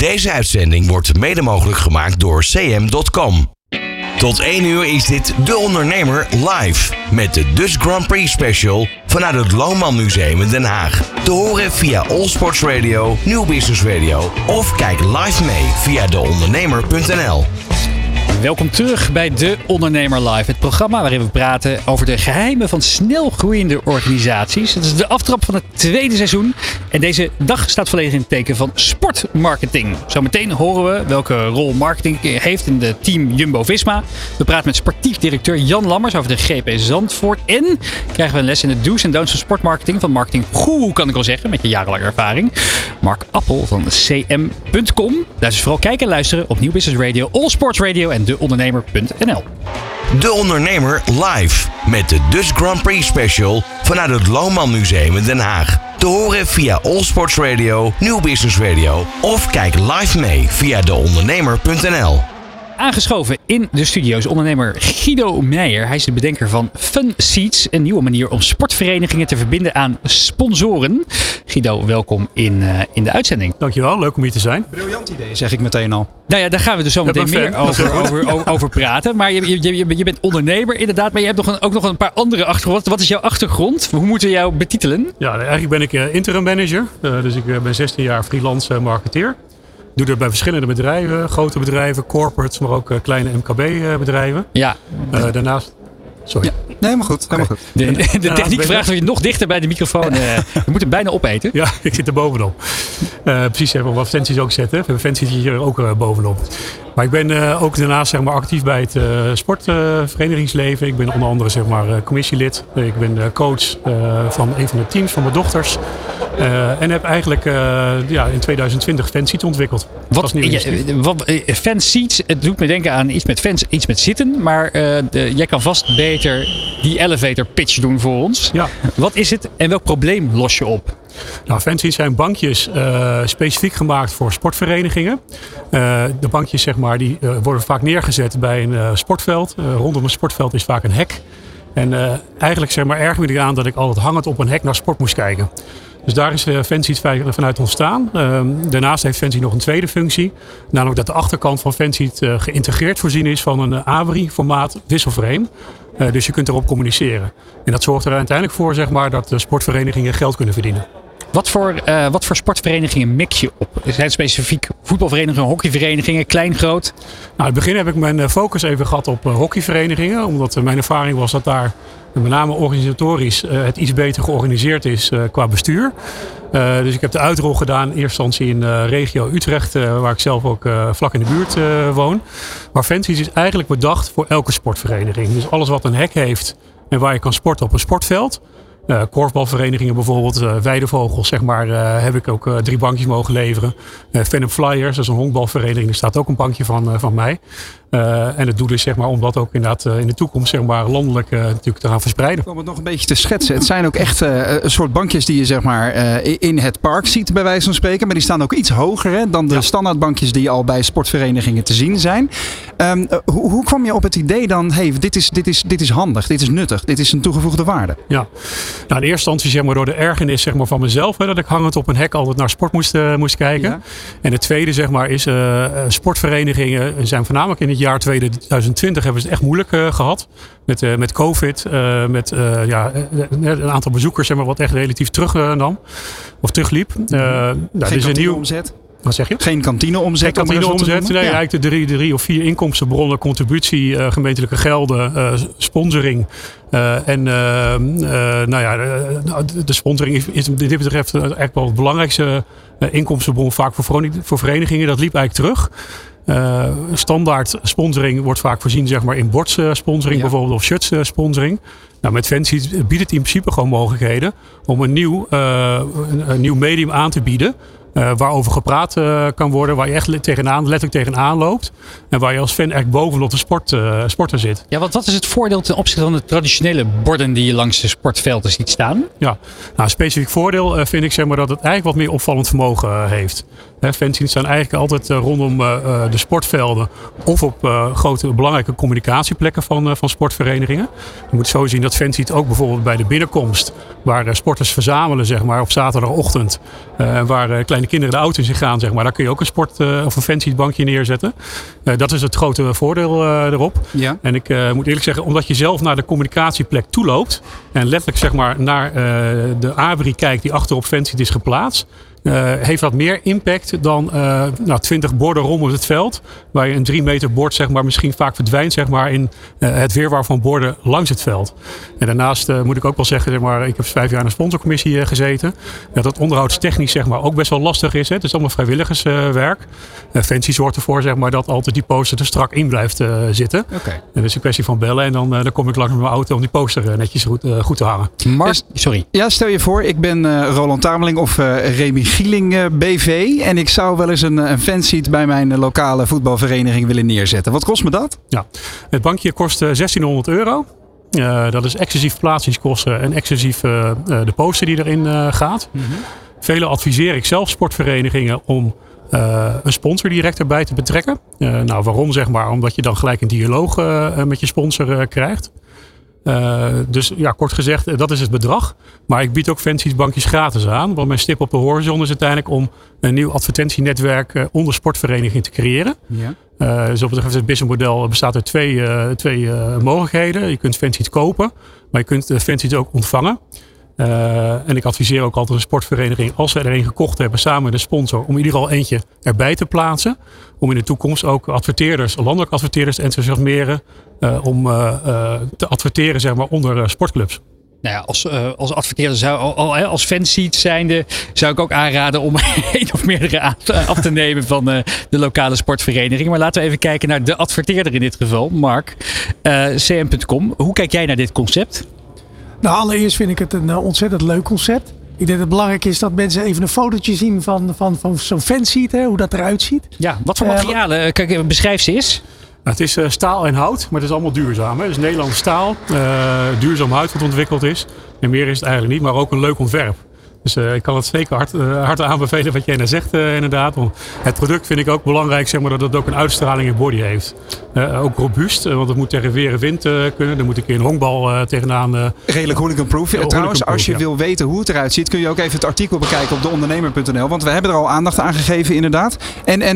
Deze uitzending wordt mede mogelijk gemaakt door cm.com. Tot 1 uur is dit De Ondernemer live met de Dutch Grand Prix Special vanuit het Loonman Museum in Den Haag. Te horen via All Sports Radio, Nieuw Business Radio of kijk live mee via deondernemer.nl. Welkom terug bij De Ondernemer Live, het programma waarin we praten over de geheimen van snel groeiende organisaties. Het is de aftrap van het tweede seizoen en deze dag staat volledig in het teken van sportmarketing. Zometeen horen we welke rol marketing heeft in het team Jumbo-Visma. We praten met sportief directeur Jan Lammers over de GP Zandvoort en krijgen we een les in de do's en don'ts van sportmarketing van marketinggoeroe, kan ik wel zeggen, met je jarenlange ervaring. Mark Appel van cm.com. Luister vooral kijken en luisteren op Nieuw Business Radio, All Sports Radio en deondernemer.nl. De Ondernemer live met de Dutch Grand Prix Special vanuit het Loonman Museum in Den Haag. Te horen via All Sports Radio, Nieuw Business Radio of kijk live mee via deondernemer.nl. Aangeschoven in de studio is ondernemer Guido Meijer. Hij is de bedenker van Fun Seats, een nieuwe manier om sportverenigingen te verbinden aan sponsoren. Guido, welkom in de uitzending. Dankjewel, leuk om hier te zijn. Briljant idee, zeg ik meteen al. Nou ja, daar gaan we dus zo meteen meer over praten. Maar je bent ondernemer inderdaad, maar je hebt ook nog een paar andere achtergronden. Wat is jouw achtergrond? Hoe moeten we jou betitelen? Ja, eigenlijk ben ik interim manager. Dus ik ben 16 jaar freelance marketeer. Doe dat bij verschillende bedrijven, grote bedrijven, corporates, maar ook kleine MKB-bedrijven. Ja. Daarnaast... Sorry. Ja. Nee, maar goed. Helemaal goed. De techniek vraagt of je nog dichter bij de microfoon... je moet hem bijna opeten. Ja, ik zit er bovenop. Precies, even wat Fancies ook zetten. We hebben Fancies hier ook bovenop. Maar ik ben ook daarnaast zeg maar, actief bij het sportverenigingsleven. Ik ben onder andere zeg maar, commissielid. Ik ben coach van een van de teams van mijn dochters. En heb eigenlijk in 2020 Fanseats ontwikkeld. Fanseats, het doet me denken aan iets met fans, iets met zitten. Maar jij kan vast beter die elevator pitch doen voor ons. Ja. Wat is het en welk probleem los je op? Nou, Fanseats zijn bankjes specifiek gemaakt voor sportverenigingen. De bankjes zeg maar, die worden vaak neergezet bij een sportveld. Rondom een sportveld is vaak een hek. En eigenlijk zeg maar, erg me eraan dat ik altijd hangend op een hek naar sport moest kijken. Dus daar is Fanseats vanuit ontstaan. Daarnaast heeft Fanseats nog een tweede functie. Namelijk dat de achterkant van Fanseats geïntegreerd voorzien is van een AVRI-formaat wisselframe. Dus je kunt erop communiceren. En dat zorgt er uiteindelijk voor zeg maar, dat sportverenigingen geld kunnen verdienen. Wat voor sportverenigingen mix je op? Zijn het specifiek voetbalverenigingen, hockeyverenigingen, klein, groot? Nou, in het begin heb ik mijn focus even gehad op hockeyverenigingen. Omdat mijn ervaring was dat daar met name organisatorisch het iets beter georganiseerd is qua bestuur. Dus ik heb de uitrol gedaan in eerste instantie in regio Utrecht, waar ik zelf ook vlak in de buurt woon. Maar Fanseats is eigenlijk bedacht voor elke sportvereniging. Dus alles wat een hek heeft en waar je kan sporten op een sportveld. Korfbalverenigingen bijvoorbeeld, Weidevogels zeg maar, heb ik ook 3 bankjes mogen leveren. Venom Flyers, dat is een honkbalvereniging, daar staat ook een bankje van mij. En het doel is zeg maar, om dat ook inderdaad in de toekomst zeg maar, landelijk natuurlijk te gaan verspreiden. Om het nog een beetje te schetsen. Het zijn ook echt een soort bankjes die je zeg maar, in het park ziet bij wijze van spreken. Maar die staan ook iets hoger hè, dan de standaardbankjes die al bij sportverenigingen te zien zijn. Hoe kwam je op het idee dan, hey, dit is handig, dit is nuttig, dit is een toegevoegde waarde? Ja, nou, in eerste instantie zeg maar, door de ergernis zeg maar, van mezelf. Hè, dat ik hangend op een hek altijd naar sport moest kijken. Ja. En het tweede zeg maar, is sportverenigingen zijn voornamelijk in het jaar 2020 hebben ze het echt moeilijk gehad. Met COVID. Met een aantal bezoekers zeg maar, wat echt relatief terugnam. Of terugliep. Geen is een nieuw omzet. Wat zeg je? Geen kantineomzet. Geen kantineomzet. Nee, eigenlijk de 3 of 4 inkomstenbronnen. Contributie, gemeentelijke gelden, sponsoring. De sponsoring is dit betreft eigenlijk wel het belangrijkste inkomstenbron vaak voor verenigingen. Dat liep eigenlijk terug. Standaard sponsoring wordt vaak voorzien zeg maar, in bordssponsoring bijvoorbeeld of shirts sponsoring. Nou, met Fanseats biedt het in principe gewoon mogelijkheden om een nieuw medium aan te bieden. Waarover gepraat kan worden, waar je echt letterlijk tegenaan loopt. En waar je als fan echt bovenop de sporter zit. Ja, wat is het voordeel ten opzichte van de traditionele borden die je langs de sportvelden ziet staan? Ja, nou, een specifiek voordeel vind ik zeg maar, dat het eigenlijk wat meer opvallend vermogen heeft. Fanseats staan eigenlijk altijd rondom de sportvelden of op grote belangrijke communicatieplekken van sportverenigingen. Je moet zo zien dat Fanseats ook bijvoorbeeld bij de binnenkomst, waar sporters verzamelen zeg maar, op zaterdagochtend, waar kleine kleine kinderen de auto in gaan, zeg maar, daar kun je ook een sport of een fanseatbankje neerzetten. Dat is het grote voordeel erop. Ja. En ik moet eerlijk zeggen, omdat je zelf naar de communicatieplek toe loopt en letterlijk zeg maar naar de abri kijkt die achter op fanseat is geplaatst, heeft dat meer impact dan 20 borden rondom het veld. Waar je een 3 meter bord zeg maar, misschien vaak verdwijnt zeg maar, in het wirwar van borden langs het veld. En daarnaast moet ik ook wel zeggen, zeg maar, ik heb 5 jaar in een sponsorcommissie gezeten. Dat onderhoudstechnisch zeg maar, ook best wel lastig is. Hè. Het is allemaal vrijwilligerswerk. Fancy zorgt ervoor zeg maar, dat altijd die poster er strak in blijft zitten. Okay. En dat is een kwestie van bellen. En dan kom ik langs met mijn auto om die poster netjes goed te hangen. Sorry. Ja, stel je voor, ik ben Roland Tameling of Remy Gieling BV. En ik zou wel eens een fanseat bij mijn lokale voetbalvereniging willen neerzetten. Wat kost me dat? Ja, het bankje kost €1600. Dat is exclusief plaatsingskosten en exclusief de poster die erin gaat. Mm-hmm. Velen adviseer ik zelf sportverenigingen om een sponsor direct erbij te betrekken. Waarom zeg maar? Omdat je dan gelijk een dialoog met je sponsor krijgt. Dus ja, kort gezegd, dat is het bedrag. Maar ik bied ook fanseatbankjes gratis aan. Want mijn stip op de horizon is uiteindelijk om een nieuw advertentienetwerk onder sportverenigingen te creëren. Ja. Dus op het businessmodel bestaat uit twee mogelijkheden. Je kunt fanseat kopen, maar je kunt fanseat ook ontvangen. En ik adviseer ook altijd een sportvereniging, als ze er een gekocht hebben samen met een sponsor, om in ieder geval eentje erbij te plaatsen. Om in de toekomst ook adverteerders, landelijke adverteerders te enthousiasmeren om te adverteren zeg maar, onder sportclubs. Nou ja, als adverteerder als fanseat zijnde zou ik ook aanraden om één of meerdere af te nemen van de lokale sportvereniging. Maar laten we even kijken naar de adverteerder in dit geval, Mark. CM.com. Hoe kijk jij naar dit concept? Nou, allereerst vind ik het een ontzettend leuk concept. Ik denk dat het belangrijk is dat mensen even een fotootje zien van zo'n fanseat, hoe dat eruit ziet. Ja, wat voor materialen? Kijk, beschrijf ze eens. Het is staal en hout, maar het is allemaal duurzaam. Hè? Het is Nederlands staal, duurzaam hout wat ontwikkeld is. En meer is het eigenlijk niet, maar ook een leuk ontwerp. Dus ik kan het zeker hard aanbevelen wat jij net zegt inderdaad. Want het product vind ik ook belangrijk zeg maar, dat het ook een uitstraling in body heeft. Ook robuust, want het moet tegen weer en wind kunnen. Er moet een keer een honkbal tegenaan. Redelijk hooligan-proof. Trouwens, als je wil weten hoe het eruit ziet, kun je ook even het artikel bekijken op deondernemer.nl. Want we hebben er al aandacht aan gegeven inderdaad. En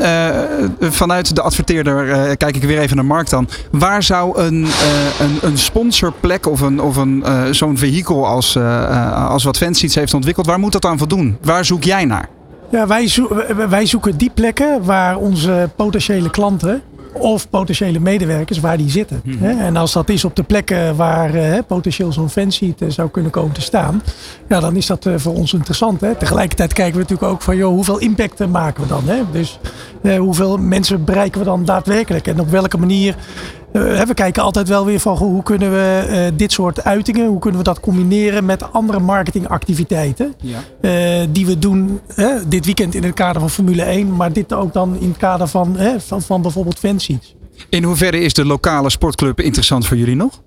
vanuit de adverteerder kijk ik weer even naar Mark dan. Waar zou een sponsorplek of zo'n vehikel als wat fanseats heeft ontwikkeld, waar moet dat aan voldoen? Waar zoek jij naar? Ja, wij zoeken die plekken waar onze potentiële klanten of potentiële medewerkers waar die zitten. Mm-hmm. En als dat is op de plekken waar potentieel zo'n fanseat zou kunnen komen te staan, ja, dan is dat voor ons interessant. Hè? Tegelijkertijd kijken we natuurlijk ook van hoeveel impact maken we dan? Hè? Dus hoeveel mensen bereiken we dan daadwerkelijk? En op welke manier? We kijken altijd wel weer van hoe kunnen we dit soort uitingen, hoe kunnen we dat combineren met andere marketingactiviteiten die we doen dit weekend in het kader van Formule 1, maar dit ook dan in het kader van bijvoorbeeld fanseats. In hoeverre is de lokale sportclub interessant voor jullie nog?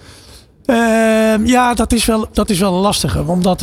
Ja, dat is wel een lastige. Omdat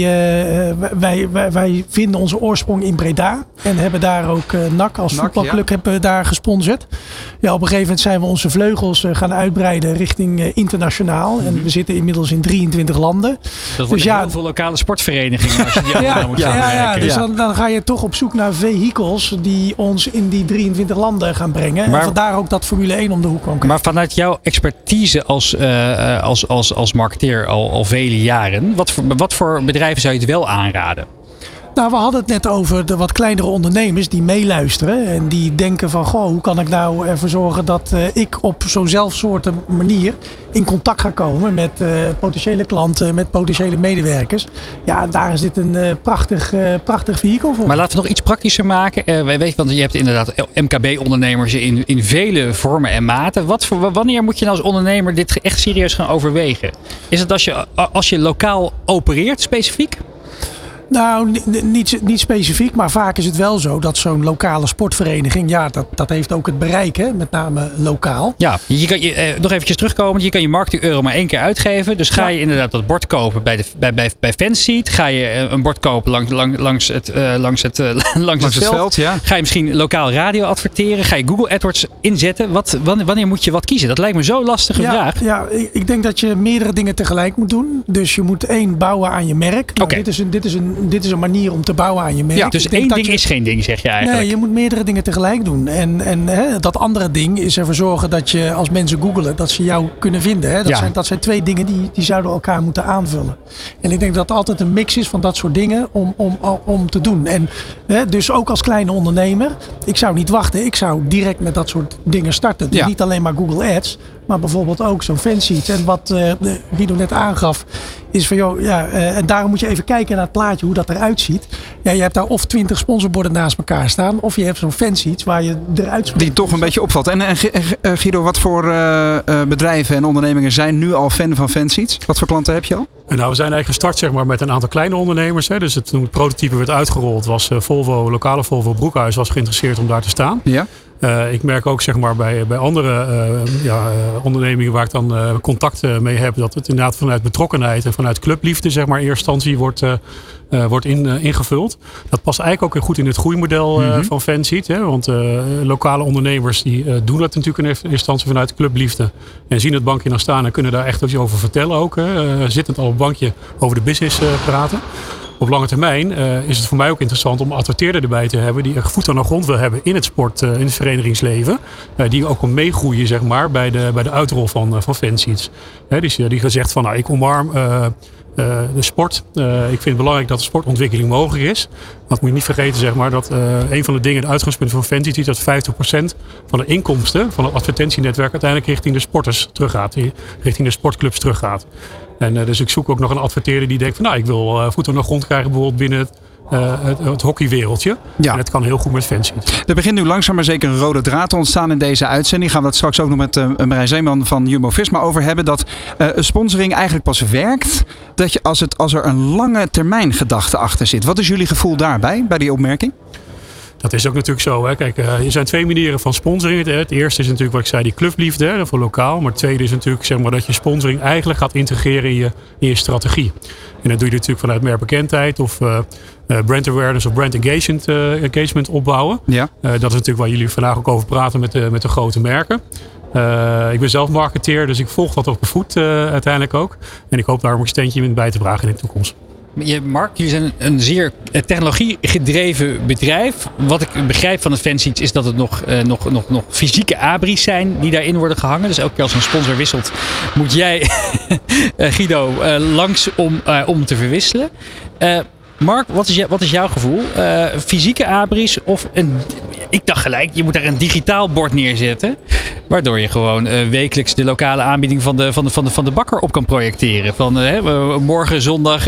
wij vinden onze oorsprong in Breda. En hebben daar ook NAC als voetbalclub hebben we daar gesponsord. Ja, op een gegeven moment zijn we onze vleugels gaan uitbreiden richting internationaal. Mm-hmm. En we zitten inmiddels in 23 landen. Dat wordt dus heel veel lokale sportverenigingen. Als je die allemaal moet gaan dus dan ga je toch op zoek naar vehikels die ons in die 23 landen gaan brengen. Maar, en vandaar ook dat Formule 1 om de hoek kwam. Maar vanuit jouw expertise als marketeer al vele jaren. Wat voor bedrijven zou je het wel aanraden? Nou, we hadden het net over de wat kleinere ondernemers die meeluisteren. En die denken van, hoe kan ik nou ervoor zorgen dat ik op zo'n zelfsoorte manier in contact ga komen met potentiële klanten, met potentiële medewerkers. Ja, daar is dit een prachtig vehikel voor. Maar laten we nog iets praktischer maken. Want je hebt inderdaad MKB-ondernemers in vele vormen en maten. Wanneer moet je nou als ondernemer dit echt serieus gaan overwegen? Is het als je lokaal opereert specifiek? Nou, niet specifiek, maar vaak is het wel zo dat zo'n lokale sportvereniging, dat heeft ook het bereik, hè, met name lokaal. Ja, je kan nog eventjes terugkomen. Je kan je marketing-euro maar 1 keer uitgeven. Dus ga je inderdaad dat bord kopen bij fanseat. Ga je een bord kopen langs het veld. Ja. Ga je misschien lokaal radio adverteren. Ga je Google AdWords inzetten. Wanneer moet je wat kiezen? Dat lijkt me zo'n lastige vraag. Ja, ik denk dat je meerdere dingen tegelijk moet doen. Dus je moet bouwen aan je merk. Nou, dit is een dit is een manier om te bouwen aan je merk. Ja, dus één ding is geen ding, zeg je eigenlijk. Nee, je moet meerdere dingen tegelijk doen. En dat andere ding is ervoor zorgen dat je als mensen googelen, dat ze jou kunnen vinden. Hè? Dat zijn twee dingen die zouden elkaar moeten aanvullen. En ik denk dat het altijd een mix is van dat soort dingen om te doen. En dus ook als kleine ondernemer, ik zou niet wachten. Ik zou direct met dat soort dingen starten. Dus niet alleen maar Google Ads, maar bijvoorbeeld ook zo'n Fanseeds. En wat Guido net aangaf, is van en daarom moet je even kijken naar het plaatje, hoe dat eruit ziet. Ja, je hebt daar of 20 sponsorborden naast elkaar staan, of je hebt zo'n Fanseeds waar je eruit spreekt. Die toch een beetje opvalt. En Guido, wat voor bedrijven en ondernemingen zijn nu al fan van Fanseeds? Wat voor klanten heb je al? Nou, we zijn eigenlijk gestart zeg maar, met een aantal kleine ondernemers. Hè. Dus toen het prototype werd uitgerold, was lokale Volvo Broekhuis was geïnteresseerd om daar te staan. Ja. Ik merk ook zeg maar, bij andere ondernemingen waar ik dan contact mee heb, dat het inderdaad vanuit betrokkenheid en vanuit clubliefde zeg maar, in eerste instantie wordt ingevuld. Dat past eigenlijk ook goed in het groeimodel van Fanseeds. Want lokale ondernemers die doen dat natuurlijk in eerste instantie vanuit clubliefde. En zien het bankje dan staan en kunnen daar echt iets over vertellen ook. Zittend al op het bankje over de business praten. Op lange termijn is het voor mij ook interessant om adverteerder erbij te hebben die voet aan de grond wil hebben in het sport, in het verenigingsleven. Die ook wil meegroeien zeg maar, bij de uitrol van Fanseeds. Die gezegd van ik omarm de sport. Ik vind het belangrijk dat de sportontwikkeling mogelijk is. Want moet je niet vergeten zeg maar, dat een van de dingen, het uitgangspunt van Fanseeds is dat 50% van de inkomsten van het advertentienetwerk uiteindelijk richting de sporters teruggaat. Richting de sportclubs teruggaat. En dus ik zoek ook nog een adverteerder die denkt van ik wil voet aan de grond krijgen bijvoorbeeld binnen het hockeywereldje. Ja. En dat kan heel goed met Fanseeds. Er begint nu langzaam maar zeker een rode draad te ontstaan in deze uitzending. Gaan we dat straks ook nog met Marijn Zeeman van Jumbo-Visma over hebben. Dat sponsoring eigenlijk pas werkt dat je als er een lange termijn gedachte achter zit. Wat is jullie gevoel daarbij, bij die opmerking? Dat is ook natuurlijk zo. Hè. Kijk, er zijn twee manieren van sponsoring. Het eerste is natuurlijk wat ik zei, die clubliefde voor lokaal. Maar het tweede is natuurlijk zeg maar, dat je sponsoring eigenlijk gaat integreren in je strategie. En dat doe je natuurlijk vanuit merkbekendheid of brand awareness of brand engagement opbouwen. Ja. Dat is natuurlijk waar jullie vandaag ook over praten met de grote merken. Ik ben zelf marketeer, dus ik volg dat op de voet uiteindelijk ook. En ik hoop daar ook een steentje in bij te dragen in de toekomst. Mark, jullie zijn een zeer technologie-gedreven bedrijf. Wat ik begrijp van het Fanseeds is dat het nog fysieke abris zijn die daarin worden gehangen. Dus elke keer als een sponsor wisselt, moet jij, Guido, langs om te verwisselen. Mark, wat is jouw gevoel? Fysieke abris of ik dacht gelijk, je moet daar een digitaal bord neerzetten. Waardoor je gewoon wekelijks de lokale aanbieding van de bakker op kan projecteren. Van morgen zondag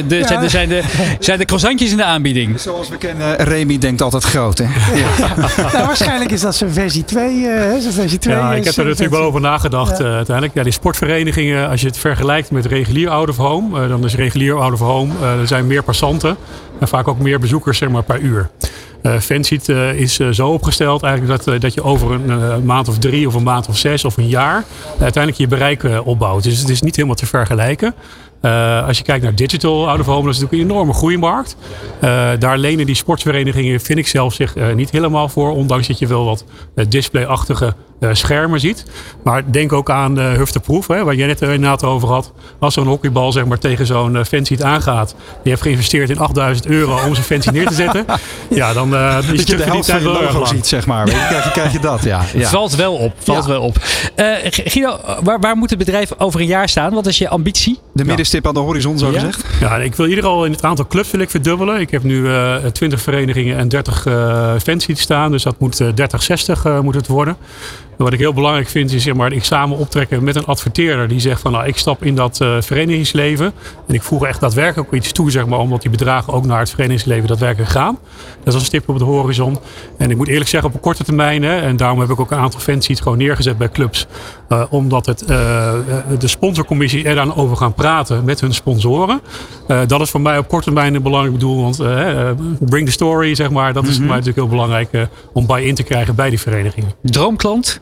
zijn de croissantjes in de aanbieding. Zoals we kennen, Remy denkt altijd groot. Hè? Ja. Nou, waarschijnlijk is dat zijn versie 2. Ja, ik heb er natuurlijk wel over nagedacht uiteindelijk. Ja, die sportverenigingen, als je het vergelijkt met regulier out of home. Dan is regulier out of home, er zijn meer passanten. En vaak ook meer bezoekers zeg maar, per uur. Fanseeds is zo opgesteld eigenlijk dat je over een maand of 3 of een maand of 6 of een jaar uiteindelijk je bereik opbouwt. Dus het is niet helemaal te vergelijken. Als je kijkt naar digital out of home, dat is natuurlijk een enorme groeimarkt. Daar lenen die sportverenigingen, vind ik zelf, zich niet helemaal voor. Ondanks dat je wel wat displayachtige schermen ziet. Maar denk ook aan Huf de Proef, waar je net inderdaad over had. Als zo'n hockeybal zeg maar, tegen zo'n Fanseeds aangaat. Je hebt geïnvesteerd in €8.000 om zo'n Fanseeds neer te zetten. Ja, dan is je de helft van je logo ziet, zeg maar. Krijg je dat, ja. Valt wel op. Guido, waar moet het bedrijf over een jaar staan? Wat is je ambitie? De middenstip aan de horizon, zo gezegd. Ja, ik wil ieder al in het aantal clubs wil ik verdubbelen. Ik heb nu 20 verenigingen en 30 Fanseeds staan. Dus dat moet 30-60 moet het worden. Wat ik heel belangrijk vind is zeg maar, ik samen optrekken met een adverteerder die zegt van ik stap in dat verenigingsleven. En ik voeg echt daadwerkelijk ook iets toe zeg maar, omdat die bedragen ook naar het verenigingsleven daadwerkelijk gaan. Dat is een stip op de horizon. En ik moet eerlijk zeggen op een korte termijn, en daarom heb ik ook een aantal Fanseeds gewoon neergezet bij clubs. Omdat de sponsorcommissie er dan over gaan praten met hun sponsoren. Dat is voor mij op korte termijn een belangrijk doel. Want bring the story zeg maar, dat is voor mij natuurlijk heel belangrijk om buy-in te krijgen bij die verenigingen. Droomklant?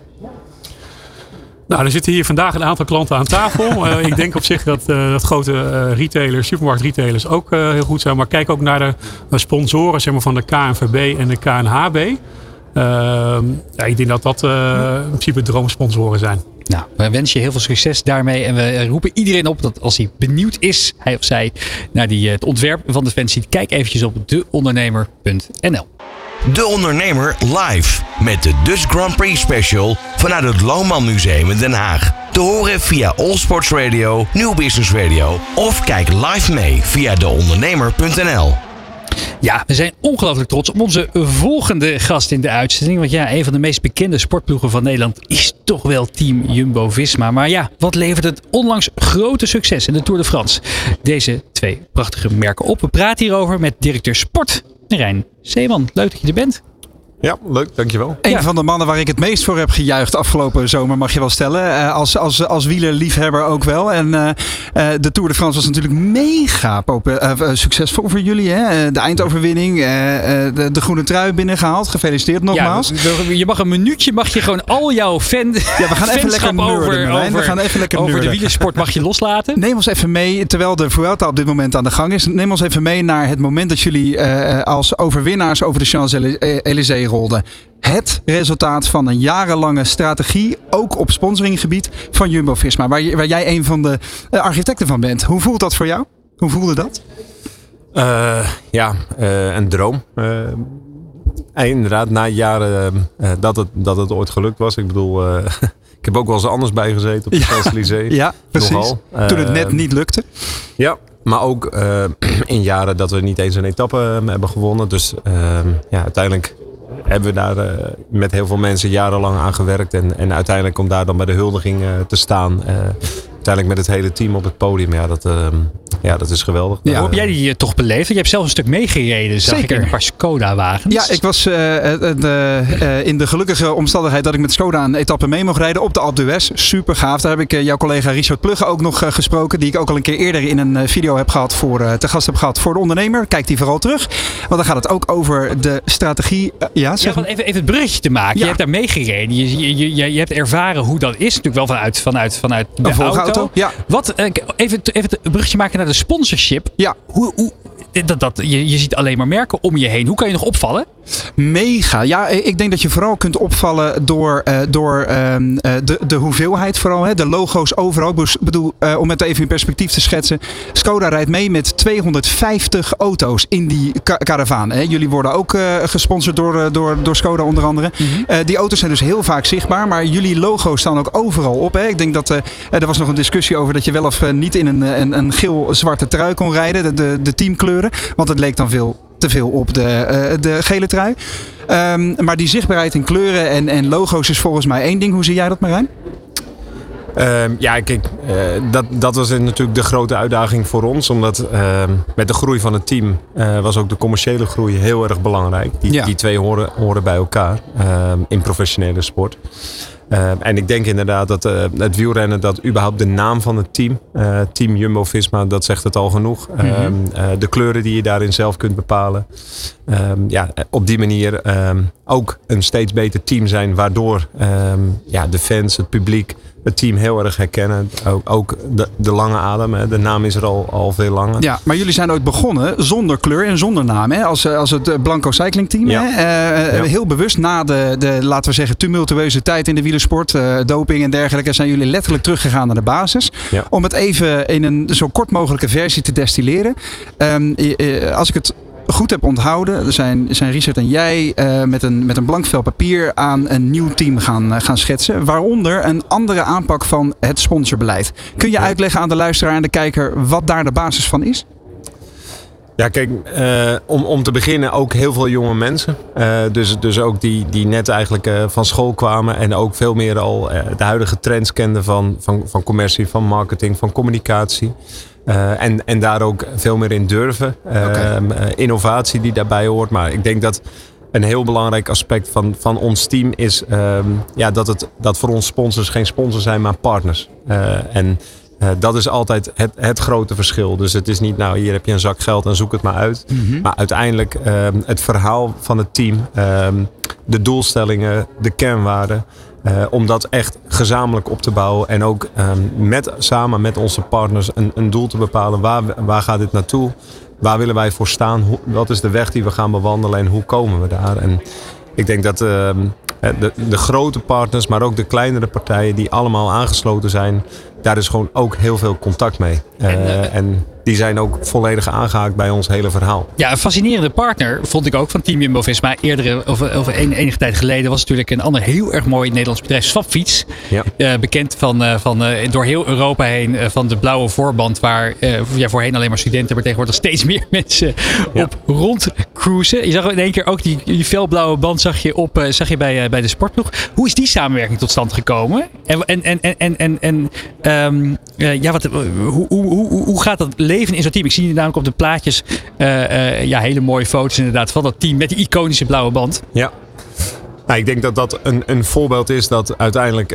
Nou, er zitten hier vandaag een aantal klanten aan tafel. Ik denk op zich dat grote retailers, supermarktretailers ook heel goed zijn. Maar kijk ook naar de sponsoren zeg maar, van de KNVB en de KNHB. Ik denk dat in principe droomsponsoren zijn. Nou, we wensen je heel veel succes daarmee. En we roepen iedereen op dat als hij benieuwd is, hij of zij, naar het ontwerp van de fancy, kijk eventjes op deondernemer.nl. De Ondernemer live met de Dutch Grand Prix Special vanuit het Lohman Museum in Den Haag. Te horen via All Sports Radio, Nieuw Business Radio of kijk live mee via deondernemer.nl. Ja, we zijn ongelooflijk trots op onze volgende gast in de uitzending. Want ja, een van de meest bekende sportploegen van Nederland is toch wel team Jumbo-Visma. Maar ja, wat levert het onlangs grote succes in de Tour de France? Deze twee prachtige merken op. We praten hierover met directeur sport Rijn Zeeman. Leuk dat je er bent. Ja, leuk, dankjewel. Een van de mannen waar ik het meest voor heb gejuicht afgelopen zomer, mag je wel stellen. Als wielerliefhebber ook wel. En de Tour de France was natuurlijk mega succesvol voor jullie. Hè? De eindoverwinning, de groene trui binnengehaald. Gefeliciteerd nogmaals. Ja, je mag een minuutje, gewoon al jouw we gaan even lekker nerden, over de wielersport mag je loslaten. Neem ons even mee, terwijl de Vuelta op dit moment aan de gang is. Neem ons even mee naar het moment dat jullie als overwinnaars over de Champs-Élysées rolde. Het resultaat van een jarenlange strategie, ook op sponsoringgebied van Jumbo-Visma, waar jij een van de architecten van bent. Hoe voelt dat voor jou? Hoe voelde dat? Een droom. Inderdaad, na jaren dat het ooit gelukt was. Ik bedoel, ik heb ook wel eens anders bijgezeten op de Champs-Élysées. Ja, precies. Nogal. Toen het net niet lukte. Ja. Maar ook in jaren dat we niet eens een etappe hebben gewonnen. Dus uiteindelijk hebben we daar met heel veel mensen jarenlang aan gewerkt. En uiteindelijk om daar dan bij de huldiging te staan. Uiteindelijk met het hele team op het podium. Dat is geweldig. Ja. Hoe heb jij die toch beleefd? Je hebt zelf een stuk meegereden, zag ik, in een paar Skoda-wagens. Ja, ik was in de gelukkige omstandigheid dat ik met Skoda een etappe mee mocht rijden op de Alpe d'Huez. Super gaaf. Daar heb ik jouw collega Richard Plugge ook nog gesproken. Die ik ook al een keer eerder in een video heb gehad te gast heb gehad voor de ondernemer. Kijk die vooral terug. Want dan gaat het ook over de strategie. Even het bruggetje te maken. Ja. Je hebt daar meegereden. Je hebt ervaren hoe dat is. Natuurlijk wel vanuit de auto. Ja. Even het bruggetje maken naar de sponsorship. Ja. Je ziet alleen maar merken om je heen. Hoe kan je nog opvallen? Mega. Ja, ik denk dat je vooral kunt opvallen door de hoeveelheid vooral. Hè? De logo's overal. Ik bedoel, om het even in perspectief te schetsen. Skoda rijdt mee met 250 auto's in die karavaan. Hè? Jullie worden ook gesponsord door Skoda onder andere. Mm-hmm. Die auto's zijn dus heel vaak zichtbaar. Maar jullie logo's staan ook overal op. Hè? Ik denk dat er was nog een discussie over dat je wel of niet in een geel-zwarte trui kon rijden. De teamkleuren. Want het leek dan te veel op de gele trui. Maar die zichtbaarheid in kleuren en logo's is volgens mij één ding. Hoe zie jij dat, Marijn? Kijk, dat was natuurlijk de grote uitdaging voor ons. Omdat met de groei van het team was ook de commerciële groei heel erg belangrijk. Die twee horen bij elkaar in professionele sport. En ik denk inderdaad dat het wielrennen, dat überhaupt de naam van het team, Team Jumbo-Visma, dat zegt het al genoeg. De kleuren die je daarin zelf kunt bepalen. Op die manier ook een steeds beter team zijn, waardoor de fans, het publiek, het team heel erg herkennen. Ook de lange adem. Hè. De naam is er al veel langer. Ja, maar jullie zijn ooit begonnen zonder kleur en zonder naam. Hè? Als het Blanco Cycling Team. Ja. Hè? Heel bewust na de, laten we zeggen, tumultueuze tijd in de wielersport. Doping en dergelijke. Zijn jullie letterlijk teruggegaan naar de basis. Ja. Om het even in een zo kort mogelijke versie te destilleren. Als ik het goed heb onthouden, zijn Richard en jij met een blank vel papier aan een nieuw team gaan schetsen. Waaronder een andere aanpak van het sponsorbeleid. Kun je uitleggen aan de luisteraar en de kijker wat daar de basis van is? Ja, kijk, om te beginnen ook heel veel jonge mensen. Dus ook die net eigenlijk van school kwamen en ook veel meer al de huidige trends kenden van commercie, van marketing, van communicatie. En daar ook veel meer in durven. Innovatie die daarbij hoort. Maar ik denk dat een heel belangrijk aspect van ons team is dat voor ons sponsors geen sponsors zijn, maar partners. Dat is altijd het grote verschil. Dus het is niet, hier heb je een zak geld en zoek het maar uit. Mm-hmm. Maar uiteindelijk het verhaal van het team, de doelstellingen, de kernwaarden. Om dat echt gezamenlijk op te bouwen. En ook samen met onze partners een doel te bepalen. Waar gaat dit naartoe? Waar willen wij voor staan? Wat is de weg die we gaan bewandelen en hoe komen we daar? En ik denk dat De grote partners, maar ook de kleinere partijen die allemaal aangesloten zijn. Daar is gewoon ook heel veel contact mee. En die zijn ook volledig aangehaakt bij ons hele verhaal. Ja, een fascinerende partner vond ik ook van Team Jumbo-Visma. Enige tijd geleden was natuurlijk een ander heel erg mooi Nederlands bedrijf, Swapfiets. Ja. Bekend door heel Europa heen van de blauwe voorband. Waar voorheen alleen maar studenten, maar tegenwoordig steeds meer mensen op rondcruisen. Je zag in één keer ook die felblauwe band zag je bij de sportploeg. Hoe is die samenwerking tot stand gekomen? Hoe gaat dat leven in zo'n team? Ik zie namelijk op de plaatjes hele mooie foto's inderdaad van dat team met die iconische blauwe band. Ja, ik denk dat dat een voorbeeld is dat uiteindelijk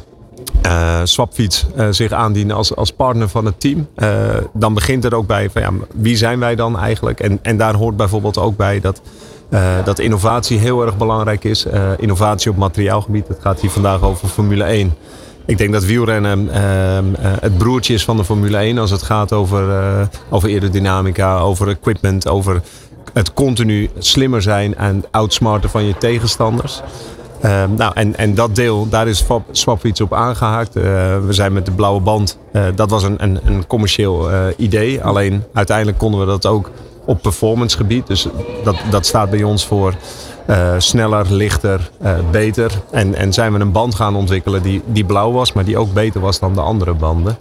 Swapfiets zich aandient als partner van het team. Dan begint er ook bij van wie zijn wij dan eigenlijk? En daar hoort bijvoorbeeld ook bij dat innovatie heel erg belangrijk is. Innovatie op materiaalgebied. Het gaat hier vandaag over Formule 1. Ik denk dat wielrennen het broertje is van de Formule 1 als het gaat over aerodynamica, over equipment, over het continu slimmer zijn en outsmarten van je tegenstanders. En dat deel, daar is Swapfiets op aangehaakt. We zijn met de blauwe band, dat was een commercieel idee. Alleen uiteindelijk konden we dat ook op performance gebied. Dus dat staat bij ons voor sneller, lichter, beter. En zijn we een band gaan ontwikkelen die blauw was, maar die ook beter was dan de andere banden.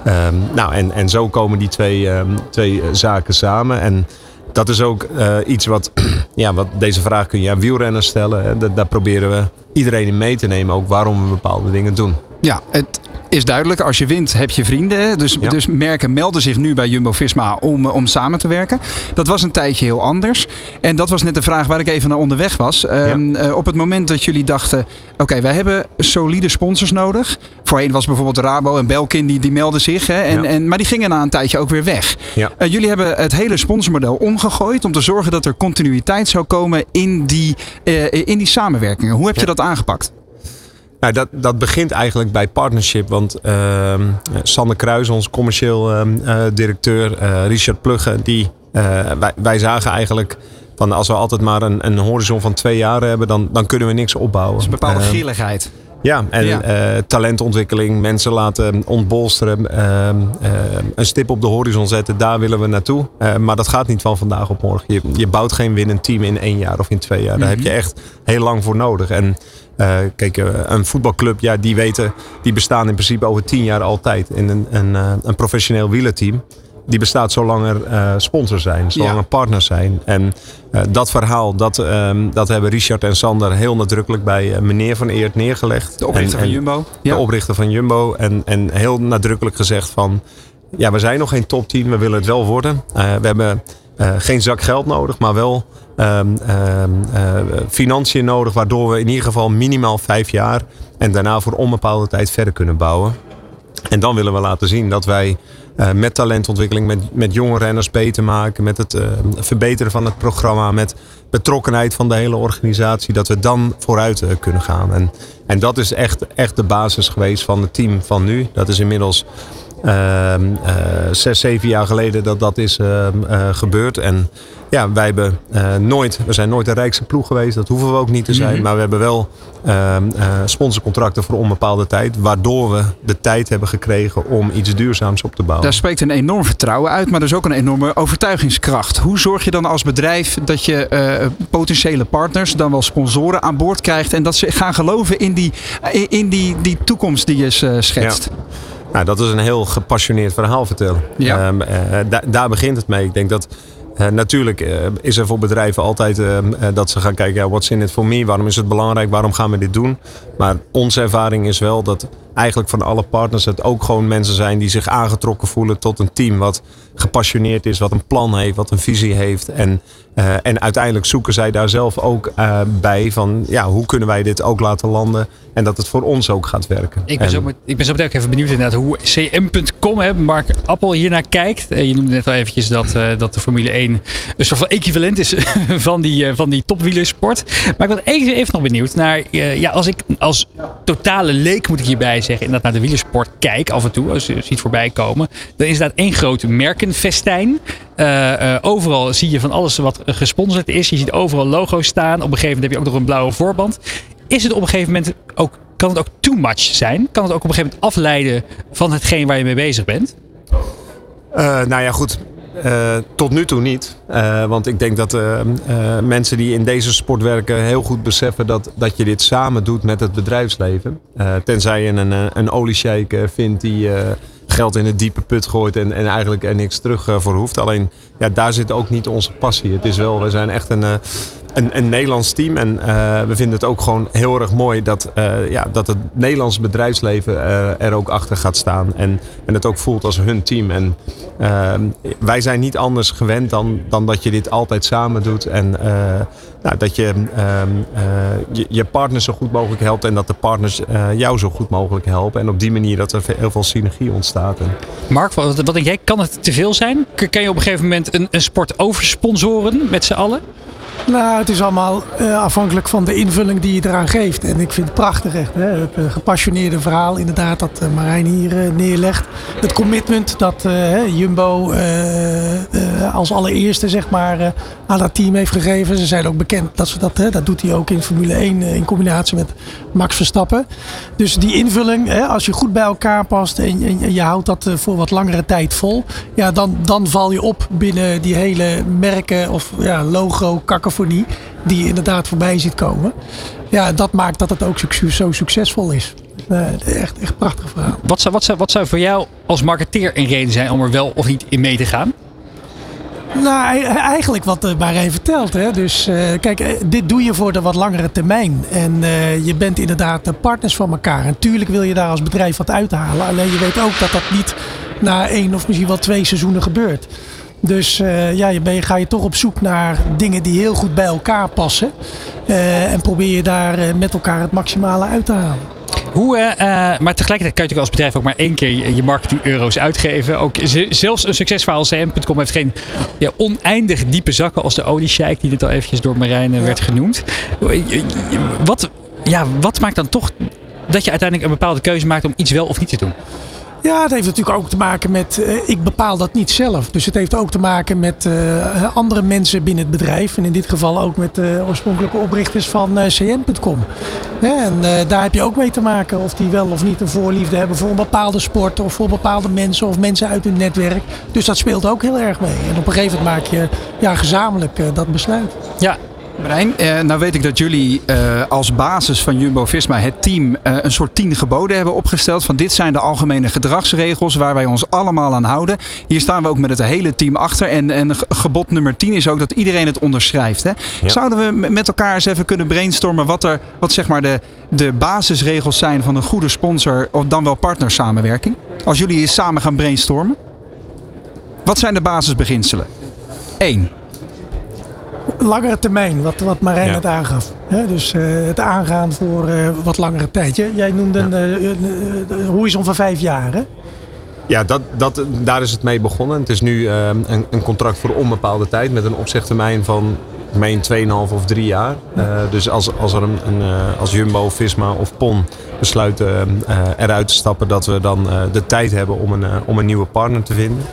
En zo komen die twee zaken samen. En dat is ook iets wat deze vraag kun je aan wielrenners stellen. Hè. Daar proberen we iedereen in mee te nemen, ook waarom we bepaalde dingen doen. Ja, het is duidelijk. Als je wint, heb je vrienden. Dus merken melden zich nu bij Jumbo-Visma om samen te werken. Dat was een tijdje heel anders. En dat was net de vraag waar ik even naar onderweg was. Op het moment dat jullie dachten, oké, wij hebben solide sponsors nodig. Voorheen was bijvoorbeeld Rabo en Belkin, die melden zich. Hè, maar die gingen na een tijdje ook weer weg. Ja. Jullie hebben het hele sponsormodel omgegooid om te zorgen dat er continuïteit zou komen in die samenwerkingen. Hoe heb je dat aangepakt? Nou, dat begint eigenlijk bij partnership. Want Sander Kruijs, ons commercieel directeur, Richard Plugge, wij zagen eigenlijk van als we altijd maar een horizon van 2 jaar hebben, dan kunnen we niks opbouwen. Dat is een bepaalde grilligheid. Ja, en talentontwikkeling, mensen laten ontbolsteren, een stip op de horizon zetten, daar willen we naartoe. Maar dat gaat niet van vandaag op morgen. Je bouwt geen winnend team in 1 jaar of in 2 jaar. Daar heb je echt heel lang voor nodig. En kijk, een voetbalclub, die bestaan in principe over 10 jaar altijd. En een professioneel wielerteam, die bestaat zolang er sponsors zijn, zolang er partners zijn. En dat verhaal, dat hebben Richard en Sander heel nadrukkelijk bij meneer Van Eert neergelegd. De oprichter van Jumbo. De oprichter van Jumbo. En heel nadrukkelijk gezegd van, we zijn nog geen topteam, we willen het wel worden. We hebben geen zak geld nodig, maar wel financiën nodig, waardoor we in ieder geval minimaal 5 jaar en daarna voor onbepaalde tijd verder kunnen bouwen. En dan willen we laten zien dat wij met talentontwikkeling, met jonge renners beter maken, met het verbeteren van het programma, met betrokkenheid van de hele organisatie, dat we dan vooruit kunnen gaan. En dat is echt de basis geweest van het team van nu. Dat is inmiddels 6, 7 jaar geleden dat is gebeurd. En we zijn nooit de rijkste ploeg geweest. Dat hoeven we ook niet te zijn. Maar we hebben wel sponsorcontracten voor onbepaalde tijd. Waardoor we de tijd hebben gekregen om iets duurzaams op te bouwen. Daar spreekt een enorm vertrouwen uit. Maar dus ook een enorme overtuigingskracht. Hoe zorg je dan als bedrijf dat je potentiële partners, dan wel sponsoren aan boord krijgt. En dat ze gaan geloven in die toekomst die je schetst? Ja. Nou, dat is een heel gepassioneerd verhaal vertellen. Ja. Daar begint het mee. Ik denk dat natuurlijk is er voor bedrijven altijd dat ze gaan kijken, what's in it for me? Waarom is het belangrijk? Waarom gaan we dit doen? Maar onze ervaring is wel dat eigenlijk van alle partners het ook gewoon mensen zijn die zich aangetrokken voelen tot een team wat gepassioneerd is, wat een plan heeft, wat een visie heeft. En uiteindelijk zoeken zij daar zelf ook bij van hoe kunnen wij dit ook laten landen en dat het voor ons ook gaat werken. Ik ben zo meteen ook even benieuwd inderdaad hoe cm.com, Mark Appel, hiernaar kijkt. Je noemde net al eventjes dat de Formule 1 een soort van equivalent is van die topwielersport. Maar ik ben even nog benieuwd naar, als ik als totale leek, moet ik hierbij zeggen, inderdaad naar de wielersport kijk af en toe, als je ziet voorbij komen, dan is dat één grote merkenfestijn. Overal zie je van alles wat gesponsord is. Je ziet overal logo's staan. Op een gegeven moment heb je ook nog een blauwe voorband. is het op een gegeven moment ook, kan het ook too much zijn? Kan het ook op een gegeven moment afleiden van hetgeen waar je mee bezig bent? Nou ja, goed. Tot nu toe niet. Want ik denk dat mensen die in deze sport werken heel goed beseffen dat je dit samen doet met het bedrijfsleven. Tenzij je een oliesjeik vindt die geld in een diepe put gooit en eigenlijk er niks terug voor hoeft. Alleen ja, daar zit ook niet onze passie. Het is wel, we zijn echt een Nederlands team. En we vinden het ook gewoon heel erg mooi dat het Nederlands bedrijfsleven er ook achter gaat staan. En het ook voelt als hun team. En wij zijn niet anders gewend dan dat je dit altijd samen doet. En dat je je partners zo goed mogelijk helpt. En dat de partners jou zo goed mogelijk helpen. En op die manier dat er heel veel synergie ontstaat. Mark, wat denk jij? Kan het te veel zijn? Kan je op een gegeven moment een sport oversponsoren met z'n allen? Nou, het is allemaal afhankelijk van de invulling die je eraan geeft. En ik vind het prachtig echt. Hè? Het gepassioneerde verhaal inderdaad dat Marijn hier neerlegt. Het commitment dat Jumbo als allereerste zeg maar, aan dat team heeft gegeven. Ze zijn ook bekend dat ze dat doet hij ook in Formule 1 in combinatie met Max Verstappen. Dus die invulling, als je goed bij elkaar past en je houdt dat voor wat langere tijd vol. Ja, dan val je op binnen die hele merken of logo kakofonie die je inderdaad voorbij ziet komen. Ja, dat maakt dat het ook zo succesvol is. Echt een prachtig verhaal. Wat zou voor jou als marketeer een reden zijn om er wel of niet in mee te gaan? Nou, eigenlijk wat Marijn vertelt. Hè? Dus kijk, dit doe je voor de wat langere termijn. En je bent inderdaad partners van elkaar. En tuurlijk wil je daar als bedrijf wat uithalen. Alleen je weet ook dat dat niet na 1 of misschien wel 2 seizoenen gebeurt. Dus ga je toch op zoek naar dingen die heel goed bij elkaar passen. En probeer je daar met elkaar het maximale uit te halen. Maar tegelijkertijd kan je als bedrijf ook maar 1 keer je marketing euro's uitgeven. Ook zelfs een succesverhaal als CM.com heeft geen oneindig diepe zakken als de oliesjeik die dit al eventjes door Marijn werd genoemd. Wat maakt dan toch dat je uiteindelijk een bepaalde keuze maakt om iets wel of niet te doen? Ja, het heeft natuurlijk ook te maken met, ik bepaal dat niet zelf. Dus het heeft ook te maken met andere mensen binnen het bedrijf. En in dit geval ook met de oorspronkelijke oprichters van CM.com. En daar heb je ook mee te maken of die wel of niet een voorliefde hebben voor een bepaalde sport. Of voor bepaalde mensen of mensen uit hun netwerk. Dus dat speelt ook heel erg mee. En op een gegeven moment maak je gezamenlijk dat besluit. Ja. Marijn, nou weet ik dat jullie als basis van Jumbo-Visma het team een soort 10 geboden hebben opgesteld. Van dit zijn de algemene gedragsregels waar wij ons allemaal aan houden. Hier staan we ook met het hele team achter. En gebod nummer 10 is ook dat iedereen het onderschrijft. Hè? Ja. Zouden we met elkaar eens even kunnen brainstormen wat zeg maar de basisregels zijn van een goede sponsor of dan wel partnersamenwerking? Als jullie eens samen gaan brainstormen. Wat zijn de basisbeginselen? 1. Langere termijn, wat Marijn net aangaf. Dus het aangaan voor wat langere tijd. Jij noemde een horizon van 5 jaar, hè? Ja, daar is het mee begonnen. Het is nu een contract voor onbepaalde tijd met een opzegtermijn van 2,5 of 3 jaar. Dus als als Jumbo, Visma of PON besluiten eruit te stappen, dat we dan de tijd hebben om een nieuwe partner te vinden.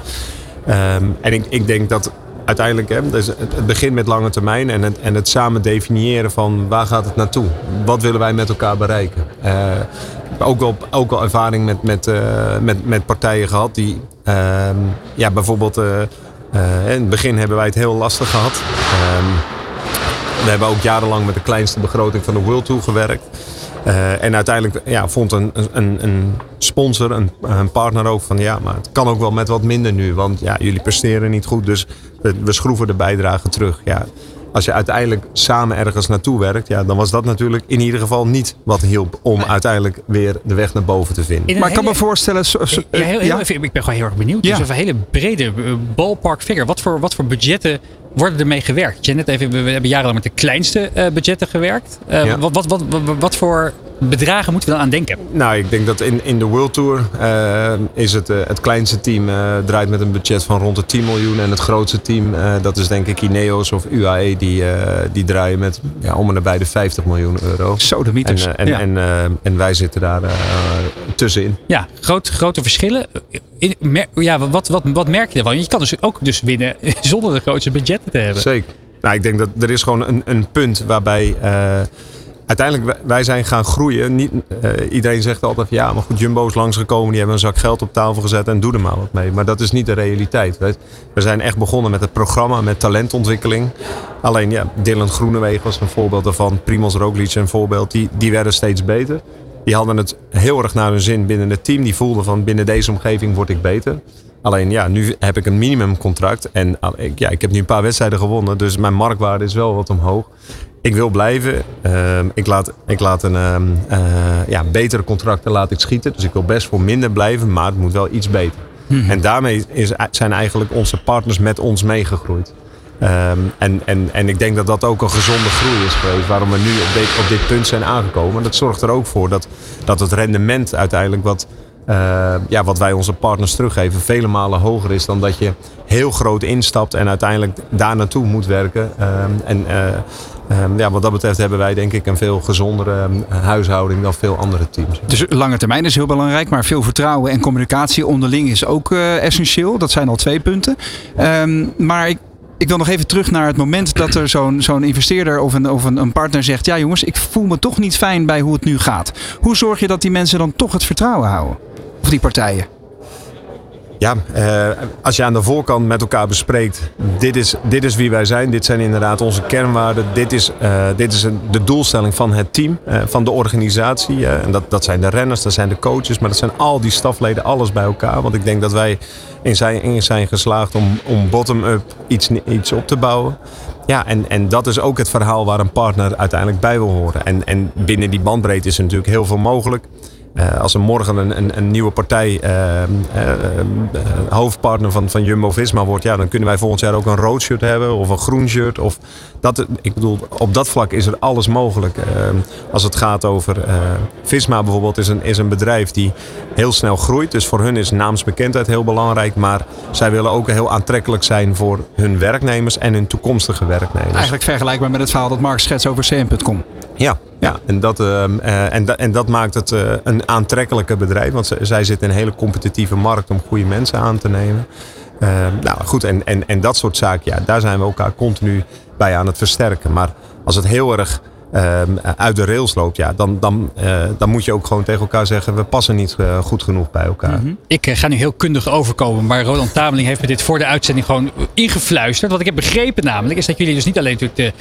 En ik denk dat uiteindelijk, dus het begint met lange termijn en het samen definiëren van waar gaat het naartoe? Wat willen wij met elkaar bereiken? Ook al ervaring met partijen gehad die bijvoorbeeld in het begin hebben wij het heel lastig gehad. We hebben ook jarenlang met de kleinste begroting van de World Tour gewerkt. En uiteindelijk vond een sponsor, een partner ook van maar het kan ook wel met wat minder nu. Want jullie presteren niet goed, dus we schroeven de bijdrage terug. Ja, als je uiteindelijk samen ergens naartoe werkt, dan was dat natuurlijk in ieder geval niet wat hielp om uiteindelijk weer de weg naar boven te vinden. Maar ik kan me voorstellen... Ik ben gewoon heel erg benieuwd. Dus een hele brede ballpark figure. Wat voor budgetten worden ermee gewerkt? We hebben jarenlang met de kleinste budgetten gewerkt. Wat voor bedragen moeten we dan aan denken? Nou, ik denk dat in de World Tour is het kleinste team draait met een budget van rond de 10 miljoen. En het grootste team, dat is denk ik Ineos of UAE, die draaien met om en nabij de 50 miljoen euro. Sodemieters. En wij zitten daar tussenin. Ja, grote verschillen. Wat merk je ervan? Je kan dus ook winnen zonder de grootste budgetten te hebben. Zeker. Nou, ik denk dat er is gewoon een punt waarbij uiteindelijk, wij zijn gaan groeien. Iedereen zegt altijd, ja, maar goed, Jumbo is langsgekomen. Die hebben een zak geld op tafel gezet en doe er maar wat mee. Maar dat is niet de realiteit. We zijn echt begonnen met het programma, met talentontwikkeling. Alleen, ja, Dylan Groenewegen was een voorbeeld daarvan. Primož Roglič een voorbeeld. Die werden steeds beter. Die hadden het heel erg naar hun zin binnen het team. Die voelden van, binnen deze omgeving word ik beter. Alleen, ja, nu heb ik een minimumcontract. En ik heb nu een paar wedstrijden gewonnen. Dus mijn marktwaarde is wel wat omhoog. Ik wil blijven. Ik laat een betere contracten laat ik schieten. Dus ik wil best voor minder blijven, maar het moet wel iets beter. En daarmee zijn eigenlijk onze partners met ons meegegroeid. En ik denk dat dat ook een gezonde groei is geweest. Waarom we nu op dit punt zijn aangekomen. Dat zorgt er ook voor dat het rendement uiteindelijk wat wij onze partners teruggeven vele malen hoger is dan dat je heel groot instapt en uiteindelijk daar naartoe moet werken. Wat dat betreft hebben wij denk ik een veel gezondere huishouding dan veel andere teams. Dus lange termijn is heel belangrijk, maar veel vertrouwen en communicatie onderling is ook essentieel. Dat zijn al 2 punten. Maar ik wil nog even terug naar het moment dat er zo'n investeerder of een partner zegt, ja jongens, ik voel me toch niet fijn bij hoe het nu gaat. Hoe zorg je dat die mensen dan toch het vertrouwen houden? Of die partijen? Ja, als je aan de voorkant met elkaar bespreekt, dit is wie wij zijn. Dit zijn inderdaad onze kernwaarden. Dit is de doelstelling van het team, van de organisatie. En dat zijn de renners, dat zijn de coaches, maar dat zijn al die stafleden, alles bij elkaar. Want ik denk dat wij in zijn geslaagd om bottom-up iets op te bouwen. Ja, en dat is ook het verhaal waar een partner uiteindelijk bij wil horen. En binnen die bandbreedte is er natuurlijk heel veel mogelijk. Als er morgen een nieuwe partij hoofdpartner van Jumbo-Visma wordt, ja, dan kunnen wij volgend jaar ook een rood shirt hebben of een groen shirt. Ik bedoel, op dat vlak is er alles mogelijk. Als het gaat over Visma bijvoorbeeld, is een bedrijf die heel snel groeit. Dus voor hun is naamsbekendheid heel belangrijk. Maar zij willen ook heel aantrekkelijk zijn voor hun werknemers en hun toekomstige werknemers. Eigenlijk vergelijkbaar met het verhaal dat Mark schetst over CM.com. Ja, en dat maakt het een aantrekkelijke bedrijf. Want zij zitten in een hele competitieve markt om goede mensen aan te nemen. Goed, en dat soort zaken, ja, daar zijn we elkaar continu bij aan het versterken. Maar als het heel erg uit de rails loopt, ja, dan moet je ook gewoon tegen elkaar zeggen, we passen niet goed genoeg bij elkaar. Mm-hmm. Ik ga nu heel kundig overkomen, maar Roland Tameling heeft me dit voor de uitzending gewoon ingefluisterd. Wat ik heb begrepen namelijk, is dat jullie dus niet alleen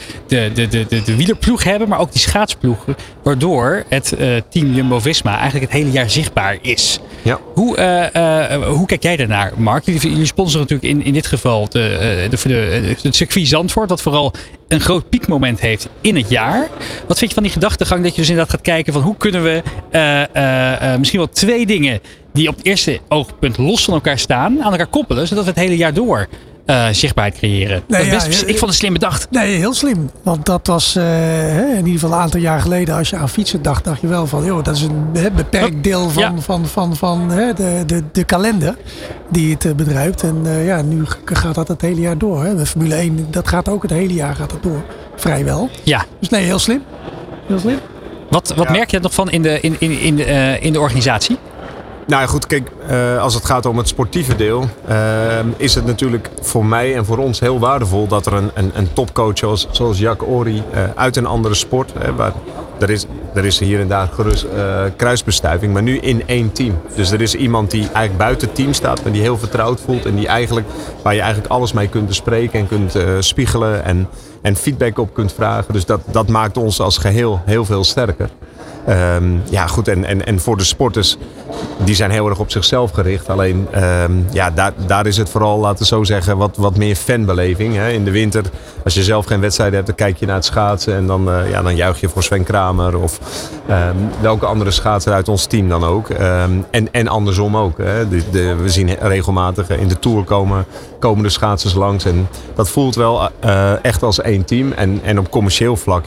de wielerploeg hebben, maar ook die schaatsploeg, waardoor het team Jumbo-Visma eigenlijk het hele jaar zichtbaar is. Ja. Hoe kijk jij daarnaar, Mark? Jullie sponsoren natuurlijk in dit geval het circuit Zandvoort, wat vooral een groot piekmoment heeft in het jaar. Wat vind je van die gedachtegang dat je dus inderdaad gaat kijken van hoe kunnen we misschien wel 2 dingen die op het eerste oogpunt los van elkaar staan, aan elkaar koppelen, zodat we het hele jaar door zichtbaarheid creëren. Ik vond het slim bedacht. Nee, heel slim. Want dat was in ieder geval een aantal jaar geleden, als je aan fietsen dacht je wel van, joh, dat is een beperkt deel van de kalender die het bedrijft. En nu gaat dat het hele jaar door. Hè. De Formule 1, dat gaat ook het hele jaar door. Vrijwel. Ja. Dus nee, heel slim. Heel slim. Wat merk je er nog van in de organisatie? Nou goed, kijk, als het gaat om het sportieve deel, is het natuurlijk voor mij en voor ons heel waardevol dat er een topcoach zoals Jack Ory uit een andere sport, waar er is hier en daar gerust kruisbestuiving, maar nu in 1 team. Dus er is iemand die eigenlijk buiten het team staat, maar die heel vertrouwd voelt en waar je eigenlijk alles mee kunt bespreken en kunt spiegelen en feedback op kunt vragen. Dus dat maakt ons als geheel heel veel sterker. Goed, en voor de sporters, die zijn heel erg op zichzelf gericht. Alleen, daar is het vooral, laten we zo zeggen, wat meer fanbeleving. Hè. In de winter, als je zelf geen wedstrijd hebt, dan kijk je naar het schaatsen. En dan juich je voor Sven Kramer of welke andere schaatser uit ons team dan ook. En andersom ook. Hè. We zien regelmatig in de Tour komen de schaatsers langs. En dat voelt wel echt als 1 team. En op commercieel vlak,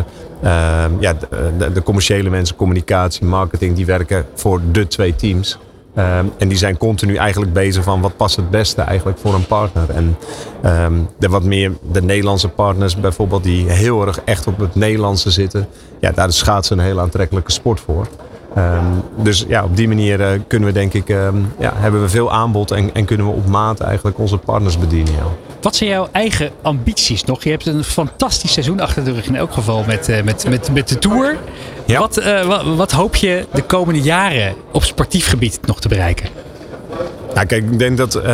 de commerciële mensen, communicatie, marketing, die werken voor de 2 teams. En die zijn continu eigenlijk bezig van wat past het beste eigenlijk voor een partner. En de Nederlandse partners bijvoorbeeld, die heel erg echt op het Nederlandse zitten. Ja, daar is schaatsen een heel aantrekkelijke sport voor. Dus ja, op die manier kunnen we denk ik, hebben we veel aanbod en kunnen we op maat eigenlijk onze partners bedienen. Ja. Wat zijn jouw eigen ambities nog? Je hebt een fantastisch seizoen achter de rug in elk geval met de Tour. Ja. Wat hoop je de komende jaren op sportief gebied nog te bereiken? Nou, kijk, ik denk dat,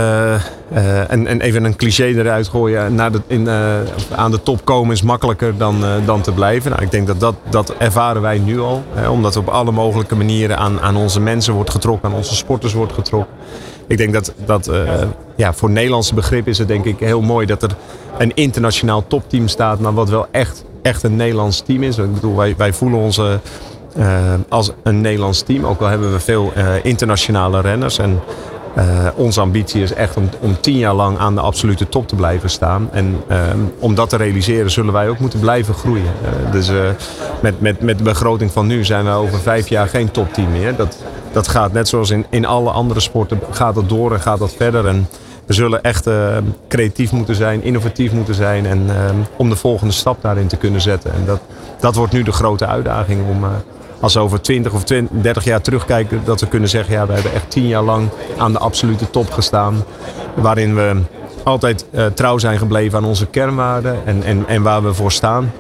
en even een cliché eruit gooien, aan de top komen is makkelijker dan te blijven. Nou, ik denk dat ervaren wij nu al. Omdat op alle mogelijke manieren aan onze mensen wordt getrokken, aan onze sporters wordt getrokken. Ik denk dat voor Nederlandse begrip is het denk ik heel mooi dat er een internationaal topteam staat, maar wat wel echt een Nederlands team is. Ik bedoel, wij voelen ons als een Nederlands team, ook al hebben we veel internationale renners. En onze ambitie is echt om 10 jaar lang aan de absolute top te blijven staan. En om dat te realiseren zullen wij ook moeten blijven groeien. Dus met de begroting van nu zijn we over 5 jaar geen topteam meer. Dat gaat net zoals in alle andere sporten gaat dat door en gaat dat verder. En we zullen echt creatief moeten zijn, innovatief moeten zijn. En om de volgende stap daarin te kunnen zetten. En dat wordt nu de grote uitdaging om... Als we over 20 of 30 jaar terugkijken, dat we kunnen zeggen, ja, we hebben echt 10 jaar lang aan de absolute top gestaan. Waarin we altijd trouw zijn gebleven aan onze kernwaarden en waar we voor staan.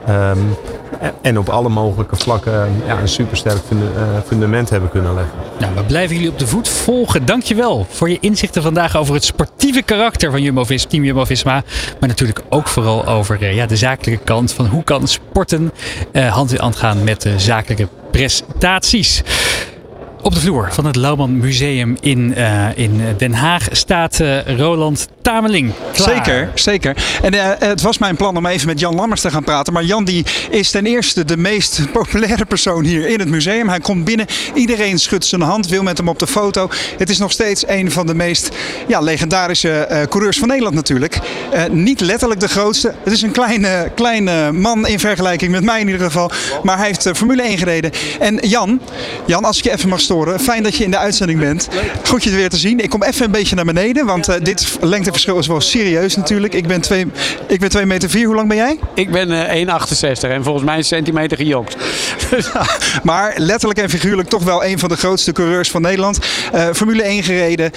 En op alle mogelijke vlakken een supersterk fundament hebben kunnen leggen. Nou, we blijven jullie op de voet volgen. Dankjewel voor je inzichten vandaag over het sportieve karakter van Team Jumbo-Visma. Maar natuurlijk ook vooral over de zakelijke kant van hoe kan sporten hand in hand gaan met de zakelijke prestaties. Op de vloer van het Lauwman Museum in Den Haag staat Roland Tameling klaar. Zeker. En het was mijn plan om even met Jan Lammers te gaan praten. Maar Jan die is ten eerste de meest populaire persoon hier in het museum. Hij komt binnen, iedereen schudt zijn hand, wil met hem op de foto. Het is nog steeds een van de meest legendarische coureurs van Nederland natuurlijk. Niet letterlijk de grootste. Het is een kleine man in vergelijking met mij in ieder geval. Maar hij heeft Formule 1 gereden. En Jan, als ik je even mag storen. Fijn dat je in de uitzending bent. Goed je weer te zien. Ik kom even een beetje naar beneden, want dit lengteverschil is wel serieus natuurlijk. Ik ben 2,4 meter. Hoe lang ben jij? Ik ben 1,68 en volgens mij een centimeter gejogd. Maar letterlijk en figuurlijk toch wel een van de grootste coureurs van Nederland. Formule 1 gereden.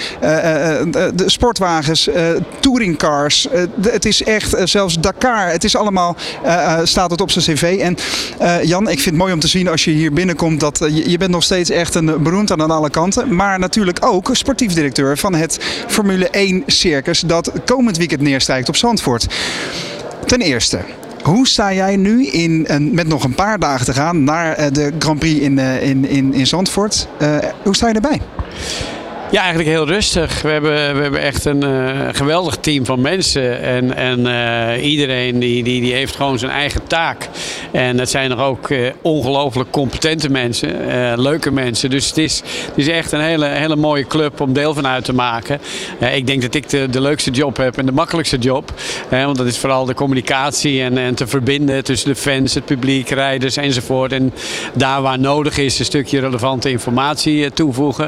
De sportwagens. Touringcars. Het is echt zelfs Dakar. Het is allemaal staat het op zijn cv. En Jan, ik vind het mooi om te zien als je hier binnenkomt dat je bent nog steeds echt een beroemd aan alle kanten. Maar natuurlijk ook sportief directeur van het Formule 1 circus dat komend weekend neerstijgt op Zandvoort. Ten eerste, hoe sta jij nu met nog een paar dagen te gaan naar de Grand Prix in Zandvoort? Hoe sta je erbij? Ja, eigenlijk heel rustig. We hebben echt een geweldig team van mensen. En iedereen die heeft gewoon zijn eigen taak. En het zijn er ook ongelooflijk competente mensen. Leuke mensen. Dus het is echt een hele mooie club om deel van uit te maken. Ik denk dat ik de leukste job heb en de makkelijkste job. Want dat is vooral de communicatie en te verbinden tussen de fans, het publiek, rijders enzovoort. En daar waar nodig is een stukje relevante informatie toevoegen.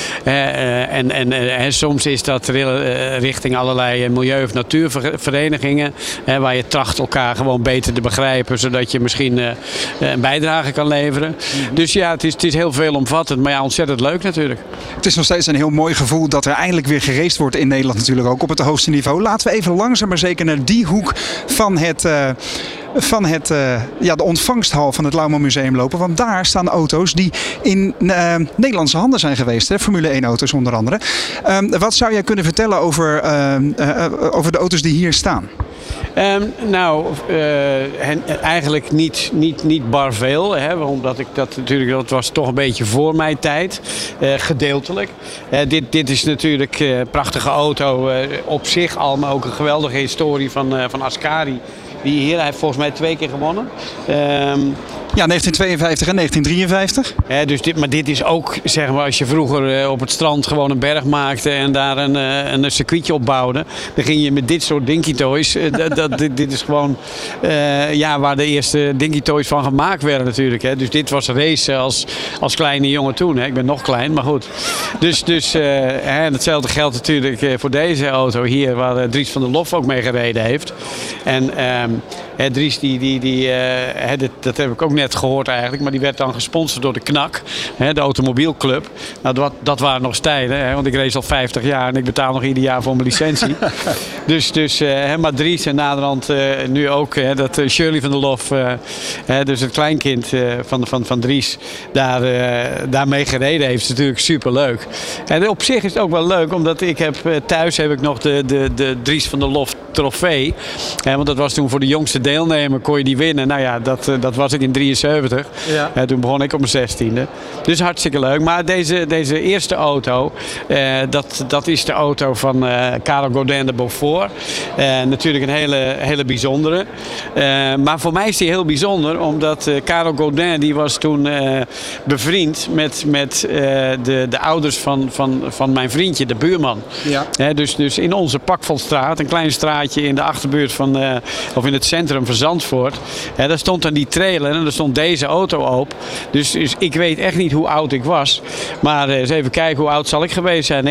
En soms is dat richting allerlei milieu- of natuurverenigingen. Waar je tracht elkaar gewoon beter te begrijpen. Zodat je misschien een bijdrage kan leveren. Dus ja, het is heel veelomvattend. Maar ja, ontzettend leuk natuurlijk. Het is nog steeds een heel mooi gevoel dat er eindelijk weer geraced wordt in Nederland natuurlijk ook op het hoogste niveau. Laten we even langzaam maar zeker naar die hoek van de ontvangsthal van het Lauwman Museum lopen. Want daar staan auto's die in Nederlandse handen zijn geweest. Hè? Formule 1 auto's onder andere. Wat zou jij kunnen vertellen over de auto's die hier staan? Eigenlijk niet bar veel. Hè, omdat dat was toch een beetje voor mijn tijd. Gedeeltelijk. Dit is natuurlijk een prachtige auto op zich al. Maar ook een geweldige historie van Ascari. Hij heeft volgens mij 2 keer gewonnen. Ja, 1952 en 1953. Maar dit is ook, zeg maar, als je vroeger op het strand gewoon een berg maakte en daar een circuitje opbouwde. Dan ging je met dit soort Dinky Toys. Dit is gewoon waar de eerste Dinky Toys van gemaakt werden natuurlijk. Hè. Dus dit was racen als kleine jongen toen. Hè. Ik ben nog klein, maar goed. En hetzelfde geldt natuurlijk voor deze auto hier, waar Dries van der Lof ook mee gereden heeft. En Dries, dat heb ik ook net net gehoord eigenlijk. Maar die werd dan gesponsord door de KNAK, de automobielclub. Nou, dat waren nog tijden. Want ik race al 50 jaar en ik betaal nog ieder jaar voor mijn licentie. dus maar Dries en naderhand nu ook. Dat Shirley van der Lof, dus het kleinkind van Dries, daarmee gereden heeft. Is natuurlijk superleuk. En op zich is het ook wel leuk, omdat thuis heb ik nog de Dries van der Lof trofee. Want dat was toen voor de jongste deelnemer, kon je die winnen. Nou ja, dat was ik in 73. Ja. Toen begon ik op mijn 16e. Dus hartstikke leuk. Maar deze eerste auto, dat is de auto van Karel Godin de Beaufort. Natuurlijk een hele bijzondere. Maar voor mij is die heel bijzonder, omdat Karel Godin die was toen bevriend met de ouders van mijn vriendje, de buurman. Ja. Dus in onze Pakvelstraat, een klein straatje in de achterbuurt of in het centrum van Zandvoort. Daar stond dan die trailer en daar stond deze auto op. Dus ik weet echt niet hoe oud ik was. Maar eens even kijken, hoe oud zal ik geweest zijn?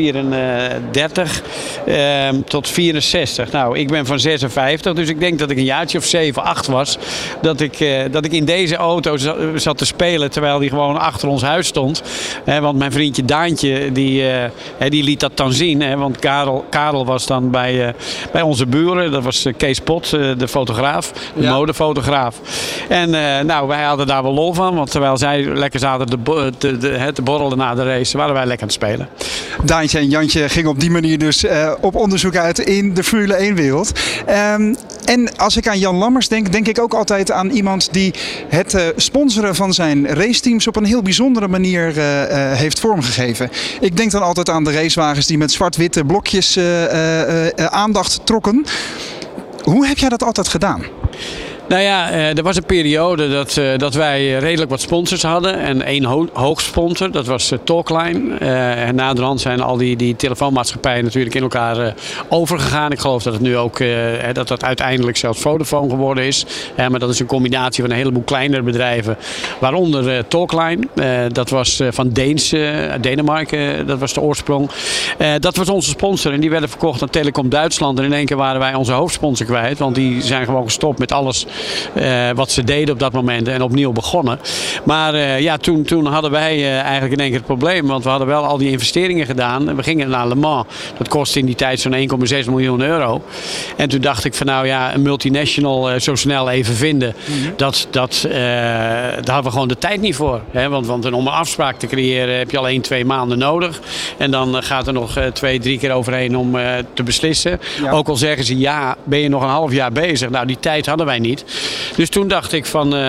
1934 tot 64. Nou, ik ben van 56, dus ik denk dat ik een jaartje of 7, 8 was. Dat ik in deze auto zat te spelen terwijl die gewoon achter ons huis stond. Want mijn vriendje Daantje, die liet dat dan zien. Want Karel was dan bij onze buren. Dat was Kees Pot, de fotograaf, de modefotograaf. En wij hadden daar wel lol van. Want terwijl zij lekker zaten te borrelen na de race, waren wij lekker aan het spelen. Daantje en Jantje gingen op die manier dus op onderzoek uit in de Formule 1 wereld. En als ik aan Jan Lammers denk ik ook altijd aan iemand die het sponsoren van zijn raceteams op een heel bijzondere manier heeft vormgegeven. Ik denk dan altijd aan de racewagens die met zwart-witte blokjes aandacht trokken. Hoe heb jij dat altijd gedaan? Nou ja, er was een periode dat wij redelijk wat sponsors hadden. En één hoogsponsor, dat was Talkline. En naderhand zijn al die telefoonmaatschappijen natuurlijk in elkaar overgegaan. Ik geloof dat het nu ook dat uiteindelijk zelfs Vodafone geworden is. Maar dat is een combinatie van een heleboel kleinere bedrijven. Waaronder Talkline. Dat was van Denemarken, dat was de oorsprong. Dat was onze sponsor en die werden verkocht aan Telecom Duitsland. En in één keer waren wij onze hoofdsponsor kwijt. Want die zijn gewoon gestopt met alles wat ze deden op dat moment en opnieuw begonnen. Maar toen hadden wij eigenlijk in één keer het probleem. Want we hadden wel al die investeringen gedaan. En we gingen naar Le Mans. Dat kostte in die tijd zo'n 1,6 miljoen euro. En toen dacht ik van een multinational zo snel even vinden. Daar hadden we gewoon de tijd niet voor. Want om een afspraak te creëren heb je al 1-2 maanden nodig. En dan gaat er nog 2-3 keer overheen om te beslissen. Ja. Ook al zeggen ze ben je nog een half jaar bezig. Nou, die tijd hadden wij niet. Dus toen dacht ik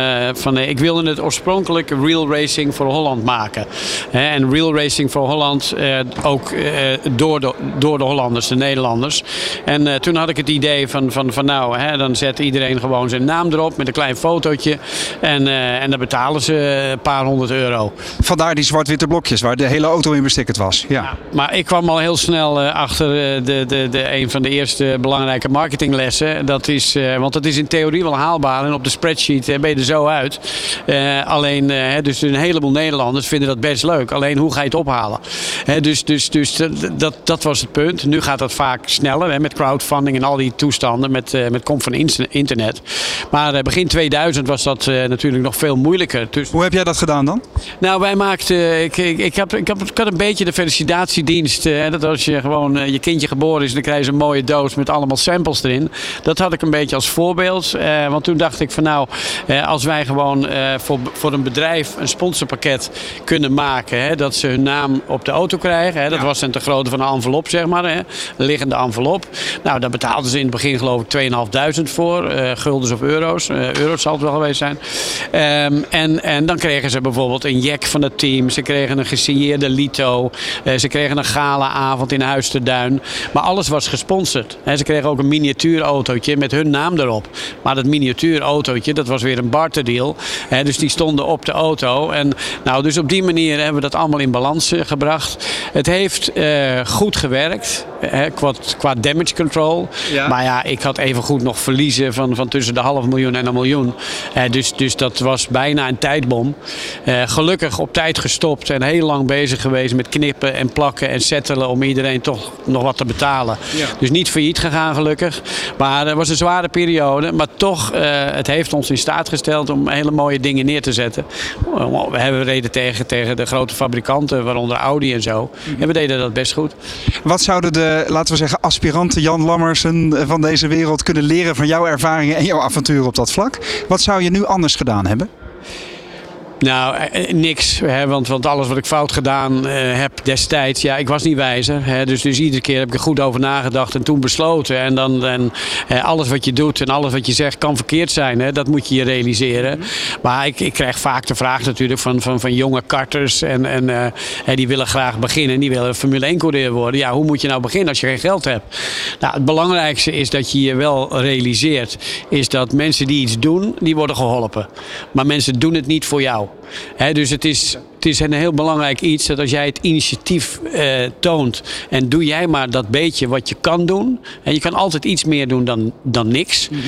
ik wilde het oorspronkelijk Real Racing for Holland maken. En Real Racing for Holland ook door de Hollanders, de Nederlanders. En toen had ik het idee dan zet iedereen gewoon zijn naam erop met een klein fotootje. En dan betalen ze een paar honderd euro. Vandaar die zwart-witte blokjes waar de hele auto in bestikkerd was. Ja. Maar ik kwam al heel snel achter een van de eerste belangrijke marketinglessen. Dat is, want dat is in theorie wel haalbaar en op de spreadsheet ben je er zo uit. Alleen, dus een heleboel Nederlanders vinden dat best leuk. Alleen, hoe ga je het ophalen? Dus dat was het punt. Nu gaat dat vaak sneller met crowdfunding en al die toestanden met komst van internet. Maar begin 2000 was dat natuurlijk nog veel moeilijker. Dus, hoe heb jij dat gedaan dan? Nou, wij maakten... Ik had een beetje de felicitatiedienst. Dat als je gewoon je kindje geboren is, dan krijg je een mooie doos met allemaal samples erin. Dat had ik een beetje als voorbeeld. Want toen dacht ik als wij gewoon voor een bedrijf een sponsorpakket kunnen maken. Dat ze hun naam op de auto krijgen. Dat was een te grootte van een envelop, zeg maar. Een liggende envelop. Nou, daar betaalden ze in het begin geloof ik 2.500 voor. Guldens of euro's. Euro's zal het wel geweest zijn. En dan kregen ze bijvoorbeeld een jack van het team. Ze kregen een gesigneerde lito. Ze kregen een galaavond in Huis te Duin. Maar alles was gesponsord. Ze kregen ook een miniatuurautootje met hun naam erop. Maar dat miniatuurautootje, dat was weer een barterdeal. Dus die stonden op de auto. En dus op die manier hebben we dat allemaal in balans gebracht. Het heeft goed gewerkt. qua damage control. Ja. Maar ja, ik had even goed nog verliezen van tussen de 500.000 en 1 miljoen. Dus dat was bijna een tijdbom. Gelukkig op tijd gestopt en heel lang bezig geweest met knippen en plakken en settelen om iedereen toch nog wat te betalen. Ja. Dus niet failliet gegaan gelukkig. Maar het was een zware periode. Maar toch, het heeft ons in staat gesteld om hele mooie dingen neer te zetten. We reden tegen de grote fabrikanten, waaronder Audi en zo. En we deden dat best goed. Wat zouden de, laten we zeggen, aspiranten Jan Lammersen van deze wereld kunnen leren van jouw ervaringen en jouw avonturen op dat vlak? Wat zou je nu anders gedaan hebben? Nou, niks. Want alles wat ik fout gedaan heb destijds, ja, ik was niet wijzer. Dus iedere keer heb ik er goed over nagedacht en toen besloten. En dan alles wat je doet en alles wat je zegt kan verkeerd zijn. Dat moet je realiseren. Maar ik krijg vaak de vraag natuurlijk van jonge karters. En die willen graag beginnen. Die willen Formule 1 coureur worden. Ja, hoe moet je nou beginnen als je geen geld hebt? Nou, het belangrijkste is dat je je wel realiseert. Is dat mensen die iets doen, die worden geholpen. Maar mensen doen het niet voor jou. Dus het is een heel belangrijk iets dat als jij het initiatief toont en doe jij maar dat beetje wat je kan doen. En je kan altijd iets meer doen dan niks. Mm-hmm.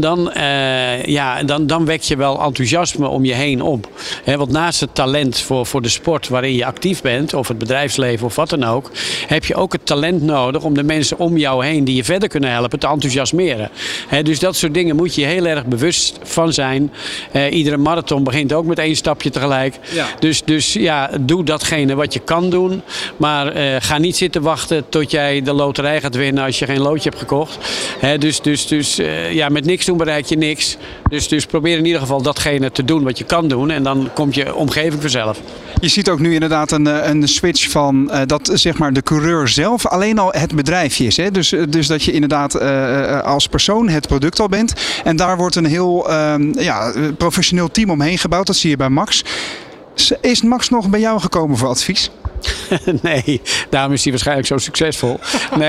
En dan wek je wel enthousiasme om je heen op. Want naast het talent voor de sport waarin je actief bent, of het bedrijfsleven of wat dan ook, heb je ook het talent nodig om de mensen om jou heen die je verder kunnen helpen te enthousiasmeren. Dus dat soort dingen moet je heel erg bewust van zijn. Iedere marathon begint ook met 1 stapje tegelijk. Ja. Dus ja, doe datgene wat je kan doen. Maar ga niet zitten wachten tot jij de loterij gaat winnen als je geen loodje hebt gekocht. Dus met niks doen bereik je niks. Dus probeer in ieder geval datgene te doen wat je kan doen. En dan komt je omgeving vanzelf. Je ziet ook nu inderdaad een switch van dat zeg maar de coureur zelf alleen al het bedrijfje is. Hè? Dus dat je inderdaad als persoon het product al bent. En daar wordt een heel professioneel team omheen gebouwd. Dat zie je bij Max. Is Max nog bij jou gekomen voor advies? Nee, daarom is hij waarschijnlijk zo succesvol.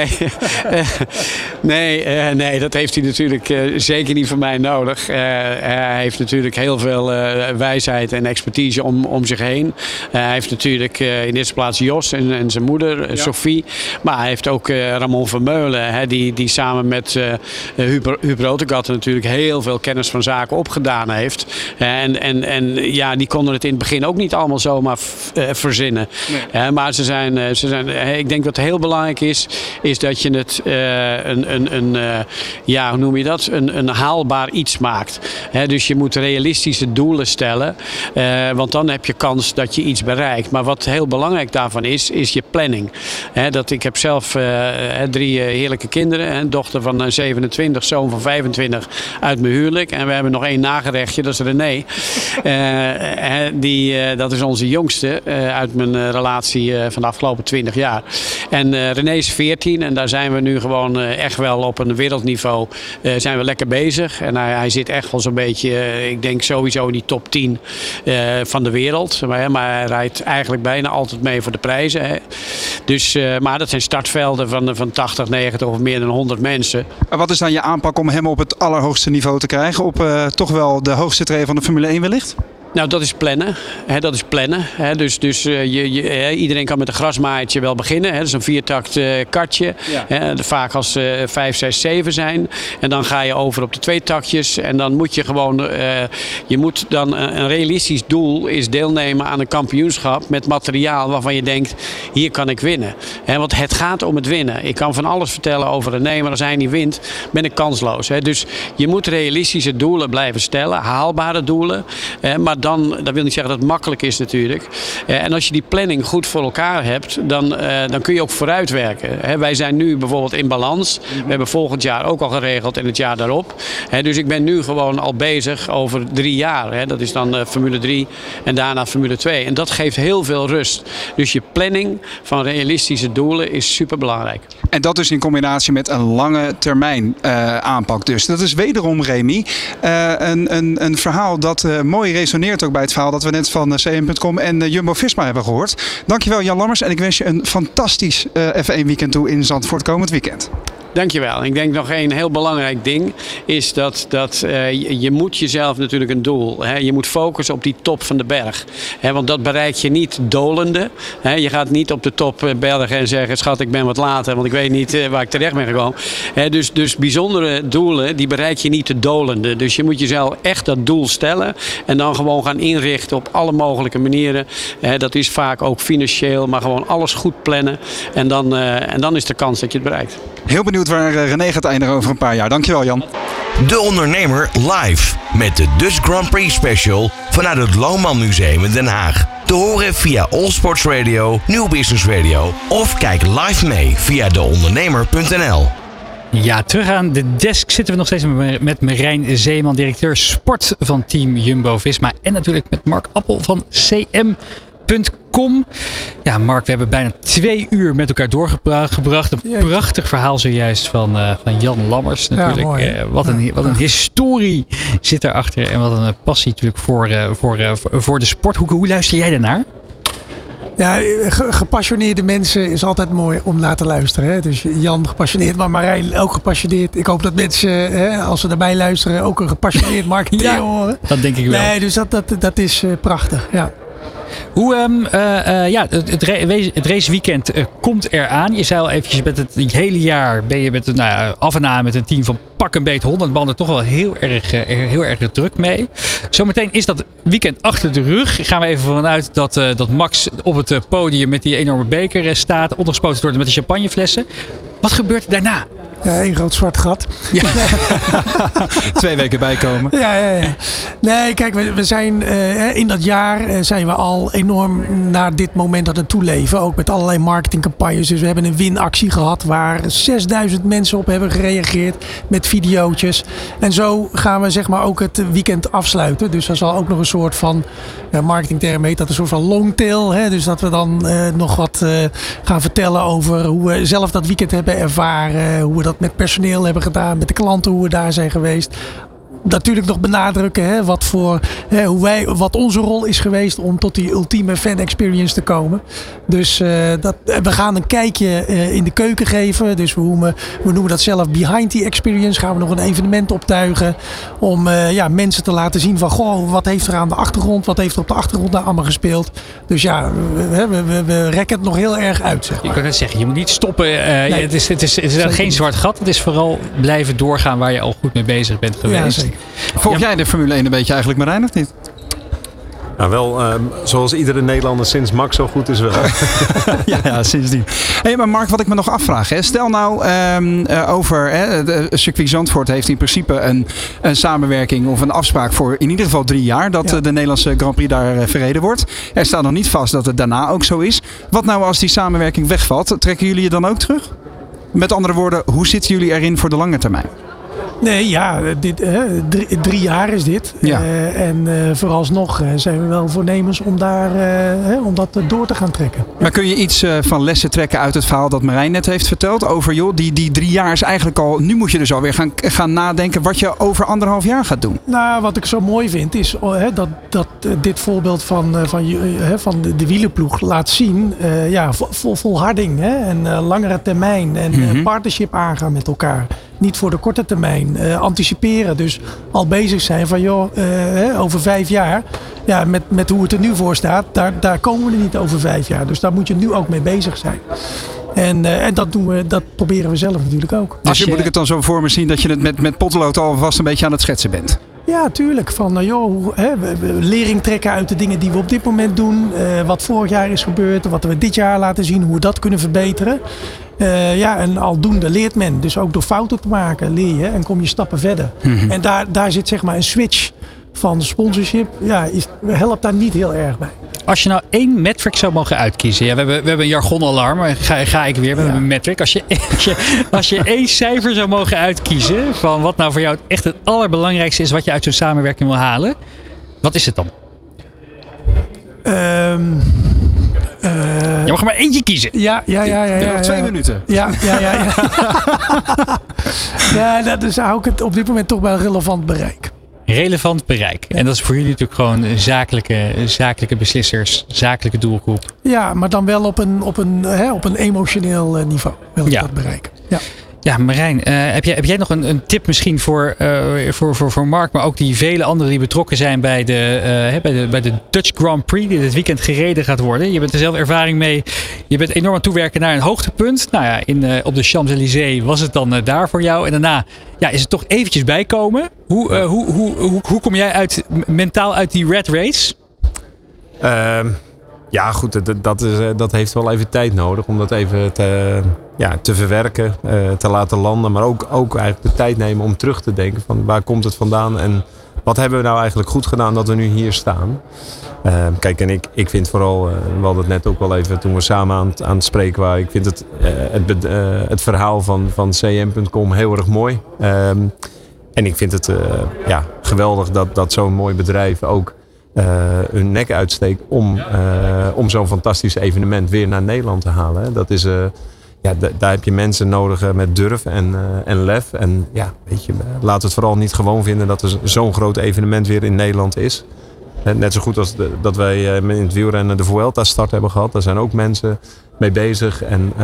Nee, dat heeft hij natuurlijk zeker niet van mij nodig. Hij heeft natuurlijk heel veel wijsheid en expertise om zich heen. Hij heeft natuurlijk in eerste plaats Jos en zijn moeder, Sophie. Maar hij heeft ook Ramon Vermeulen, die samen met Huub Rotegatten natuurlijk heel veel kennis van zaken opgedaan heeft. En die konden het in het begin ook niet allemaal zomaar verzinnen. Nee. Maar ze zijn, ik denk wat heel belangrijk is dat je het hoe noem je dat? Een haalbaar iets maakt. Dus je moet realistische doelen stellen. Want dan heb je kans dat je iets bereikt. Maar wat heel belangrijk daarvan is je planning. Ik heb zelf 3 heerlijke kinderen. Een dochter van 27, zoon van 25 uit mijn huwelijk. En we hebben nog 1 nagerechtje, dat is René. Dat is onze jongste uit mijn relatie van de afgelopen 20 jaar. En René is 14 en daar zijn we nu gewoon echt wel op een wereldniveau zijn we lekker bezig. En hij zit echt wel zo'n beetje, ik denk sowieso in die top 10 van de wereld. Maar hij rijdt eigenlijk bijna altijd mee voor de prijzen. Dus, maar dat zijn startvelden van 80, 90 of meer dan 100 mensen. Maar wat is dan je aanpak om hem op het allerhoogste niveau te krijgen? Op toch wel de hoogste tree van de Formule 1 wellicht? Nou, dat is plannen. Dus iedereen kan met een grasmaaiertje wel beginnen. Dat is een 4-takt kartje. Ja. Vaak als 5, 6, 7 zijn. En dan ga je over op de 2 taktjes. En dan moet je gewoon... je moet dan een realistisch doel is deelnemen aan een kampioenschap met materiaal waarvan je denkt, hier kan ik winnen. Want het gaat om het winnen. Ik kan van alles vertellen over René, maar als hij niet wint, ben ik kansloos. Dus je moet realistische doelen blijven stellen. Haalbare doelen. Maar dat wil niet zeggen dat het makkelijk is natuurlijk. En als je die planning goed voor elkaar hebt, dan kun je ook vooruitwerken. Wij zijn nu bijvoorbeeld in balans. We hebben volgend jaar ook al geregeld en het jaar daarop. Dus ik ben nu gewoon al bezig over 3 jaar. Dat is dan Formule 3 en daarna Formule 2. En dat geeft heel veel rust. Dus je planning van realistische doelen is superbelangrijk. En dat dus in combinatie met een lange termijn aanpak dus. Dat is wederom, Remy, een verhaal dat mooi resoneert ook bij het verhaal dat we net van CM.com en Jumbo-Visma hebben gehoord. Dankjewel Jan Lammers en ik wens je een fantastisch F1 weekend toe in Zandvoort komend weekend. Dankjewel. Ik denk nog een heel belangrijk ding is dat je moet jezelf natuurlijk een doel. Hè? Je moet focussen op die top van de berg. Hè? Want dat bereik je niet dolende. Hè? Je gaat niet op de top bergen en zeggen, schat, ik ben wat later, want ik weet niet waar ik terecht ben gekomen. Hè? Dus bijzondere doelen, die bereik je niet te dolende. Dus je moet jezelf echt dat doel stellen en dan gewoon gaan inrichten op alle mogelijke manieren. Dat is vaak ook financieel, maar gewoon alles goed plannen. En dan is de kans dat je het bereikt. Heel benieuwd waar René gaat eindigen over een paar jaar. Dankjewel, Jan. De Ondernemer live met de Dutch Grand Prix Special vanuit het Lohman Museum in Den Haag. Te horen via All Sports Radio, Nieuw Business Radio of kijk live mee via deondernemer.nl. Ja, terug aan de desk zitten we nog steeds met Marijn Zeeman, directeur sport van team Jumbo-Visma. En natuurlijk met Mark Appel van CM.com. Ja, Mark, we hebben bijna 2 uur met elkaar doorgebracht. Een prachtig verhaal zojuist van Jan Lammers. Natuurlijk. Ja, mooi, wat een historie zit daarachter. En wat een passie natuurlijk voor de sport. Hoe luister jij daarnaar? Ja, gepassioneerde mensen is altijd mooi om naar te luisteren. Hè? Dus Jan gepassioneerd, maar Marijn ook gepassioneerd. Ik hoop dat mensen, als ze daarbij luisteren, ook een gepassioneerd marketeer horen. Dat denk ik wel. Nee, dus dat is prachtig. Ja. Het raceweekend komt eraan. Je zei al eventjes, met het hele jaar ben je met af en aan met een team van pak een beet 100 mannen toch wel heel erg druk mee. Zometeen is dat weekend achter de rug. Gaan we even vanuit dat Max op het podium met die enorme beker staat. Ondergespoten wordt met de champagneflessen. Wat gebeurt er daarna? Ja, een groot zwart gat. Ja. 2 weken bijkomen. Ja. Nee, kijk, we zijn in dat jaar zijn we al enorm naar dit moment aan het toeleven. Ook met allerlei marketingcampagnes. Dus we hebben een winactie gehad waar 6000 mensen op hebben gereageerd met videootjes. En zo gaan we zeg maar ook het weekend afsluiten. Dus er zal ook nog een soort van marketingterm heet dat een soort van longtail. Hè? Dus dat we dan nog wat gaan vertellen over hoe we zelf dat weekend hebben ervaren. Hoe we dat met personeel hebben gedaan, met de klanten, hoe we daar zijn geweest. Natuurlijk nog benadrukken wat onze rol is geweest om tot die ultieme fan experience te komen. Dus we gaan een kijkje in de keuken geven. Dus we noemen dat zelf behind the experience. Gaan we nog een evenement optuigen om mensen te laten zien van goh, wat heeft er aan de achtergrond, wat heeft er op de achtergrond daar allemaal gespeeld. Dus ja, we rekken het nog heel erg uit. Zeg maar. Ik kan net zeggen, je moet niet stoppen. Nee. Het is geen zwart gat. Het is vooral blijven doorgaan waar je al goed mee bezig bent geweest. Ja, zeker. Volg jij de Formule 1 een beetje eigenlijk, Marijn, of niet? Nou, wel zoals iedere Nederlander sinds Max zo goed is wel. ja, sindsdien. Hey, maar Mark, wat ik me nog afvraag. Hè, stel nou over de Circuit Zandvoort heeft in principe een samenwerking of een afspraak voor in ieder geval 3 jaar. Dat de Nederlandse Grand Prix daar verreden wordt. Er staat nog niet vast dat het daarna ook zo is. Wat nou als die samenwerking wegvalt? Trekken jullie je dan ook terug? Met andere woorden, hoe zitten jullie erin voor de lange termijn? Nee, ja, 3 jaar is dit. Ja. En vooralsnog zijn we wel voornemens om dat door te gaan trekken. Maar kun je iets van lessen trekken uit het verhaal dat Marijn net heeft verteld? Over joh, die 3 jaar is eigenlijk al... Nu moet je dus alweer gaan nadenken wat je over 1,5 jaar gaat doen. Nou, wat ik zo mooi vind is dat dit voorbeeld van de wielerploeg laat zien. Volharding en langere termijn en partnership aangaan met elkaar. Niet voor de korte termijn. Anticiperen. Dus al bezig zijn van over 5 jaar. Ja, met hoe het er nu voor staat. Daar komen we er niet over 5 jaar. Dus daar moet je nu ook mee bezig zijn. En dat proberen we zelf natuurlijk ook. Dus moet ik het dan zo voor me zien dat je het met potlood alvast een beetje aan het schetsen bent? Ja, tuurlijk. Lering trekken uit de dingen die we op dit moment doen. Wat vorig jaar is gebeurd. Wat we dit jaar laten zien. Hoe we dat kunnen verbeteren. En aldoende leert men. Dus ook door fouten te maken leer je en kom je stappen verder. Mm-hmm. En daar zit zeg maar een switch van sponsorship. Ja, helpt daar niet heel erg bij. Als je nou 1 metric zou mogen uitkiezen. Ja, we hebben een jargonalarm. Ga ik weer met een metric. Als je 1 cijfer zou mogen uitkiezen. Van wat nou voor jou echt het allerbelangrijkste is. Wat je uit zo'n samenwerking wil halen. Wat is het dan? Je mag er maar eentje kiezen. Ja. Je hebt nog 2 minuten. Ja. Dus hou ik het op dit moment toch bij relevant bereik. Relevant bereik. En dat is voor jullie natuurlijk gewoon zakelijke beslissers, zakelijke doelgroep. Ja, maar dan wel op een emotioneel niveau wil ik dat bereiken. Ja. Ja, Marijn, heb jij nog een tip misschien voor Mark, maar ook die vele anderen die betrokken zijn bij de Dutch Grand Prix die dit weekend gereden gaat worden? Je bent er zelf ervaring mee. Je bent enorm aan het toewerken naar een hoogtepunt. Nou ja, op de Champs-Élysées was het dan daar voor jou. En daarna is het toch eventjes bijkomen. Hoe kom jij mentaal uit die red race? Ja, goed, dat heeft wel even tijd nodig om dat even te verwerken, te laten landen. Maar ook eigenlijk de tijd nemen om terug te denken van waar komt het vandaan en wat hebben we nou eigenlijk goed gedaan dat we nu hier staan. Kijk, en ik vind vooral, we hadden het net ook wel even toen we samen aan het spreken waren. Ik vind het verhaal van cm.com heel erg mooi. En ik vind het geweldig dat zo'n mooi bedrijf ook hun nek uitsteekt om zo'n fantastisch evenement weer naar Nederland te halen. Hè. Dat is, daar heb je mensen nodig met durf en lef. En ja, weet je, laat het vooral niet gewoon vinden dat er zo'n groot evenement weer in Nederland is. Net zo goed als dat wij in het wielrennen de Vuelta start hebben gehad. Daar zijn ook mensen mee bezig.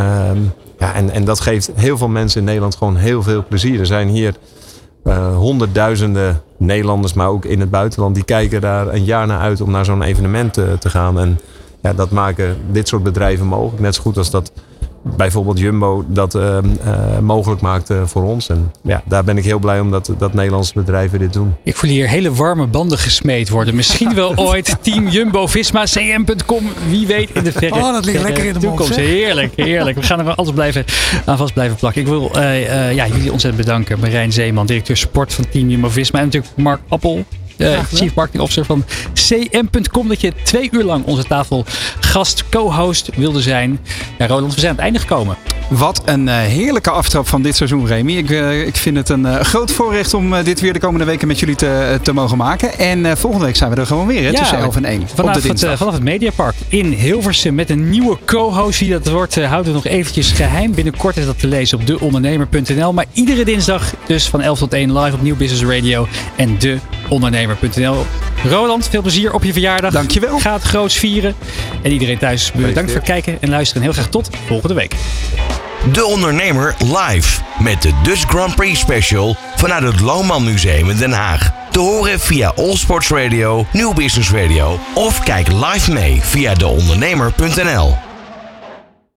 En dat geeft heel veel mensen in Nederland gewoon heel veel plezier. Er zijn hier honderdduizenden Nederlanders, maar ook in het buitenland, die kijken daar een jaar naar uit om naar zo'n evenement te gaan. En ja, dat maken dit soort bedrijven mogelijk. Net zo goed als dat bijvoorbeeld Jumbo dat mogelijk maakt voor ons. En ja, daar ben ik heel blij om dat Nederlandse bedrijven dit doen. Ik voel hier hele warme banden gesmeed worden. Misschien wel ooit Team Jumbo-Visma, cm.com. Wie weet in de verre dat ligt lekker in de toekomst. Heerlijk. We gaan er altijd aan vast blijven plakken. Ik wil jullie ontzettend bedanken. Marijn Zeeman, directeur sport van Team Jumbo-Visma. En natuurlijk Mark Appel, Chief Marketing Officer van cm.com, dat je 2 uur lang onze tafelgast, co-host wilde zijn. Ja, Roland, we zijn aan het einde gekomen. Wat een heerlijke aftrap van dit seizoen, Remy. Ik vind het een groot voorrecht om dit weer de komende weken met jullie te mogen maken. En volgende week zijn we er gewoon weer, tussen 11 en 1. Vanaf het Mediapark in Hilversum met een nieuwe co-host. Wie dat wordt, houden we nog eventjes geheim. Binnenkort is dat te lezen op deondernemer.nl. Maar iedere dinsdag dus van 11 tot 1 live op Nieuw Business Radio en deondernemer.nl. Roland, veel plezier op je verjaardag. Dankjewel. Ga het groots vieren. En iedereen thuis, bedankt voor het kijken en luisteren. En heel graag tot volgende week. De Ondernemer live met de Dutch Grand Prix special vanuit het Lohman Museum in Den Haag. Te horen via All Sports Radio, Nieuw Business Radio of kijk live mee via deondernemer.nl.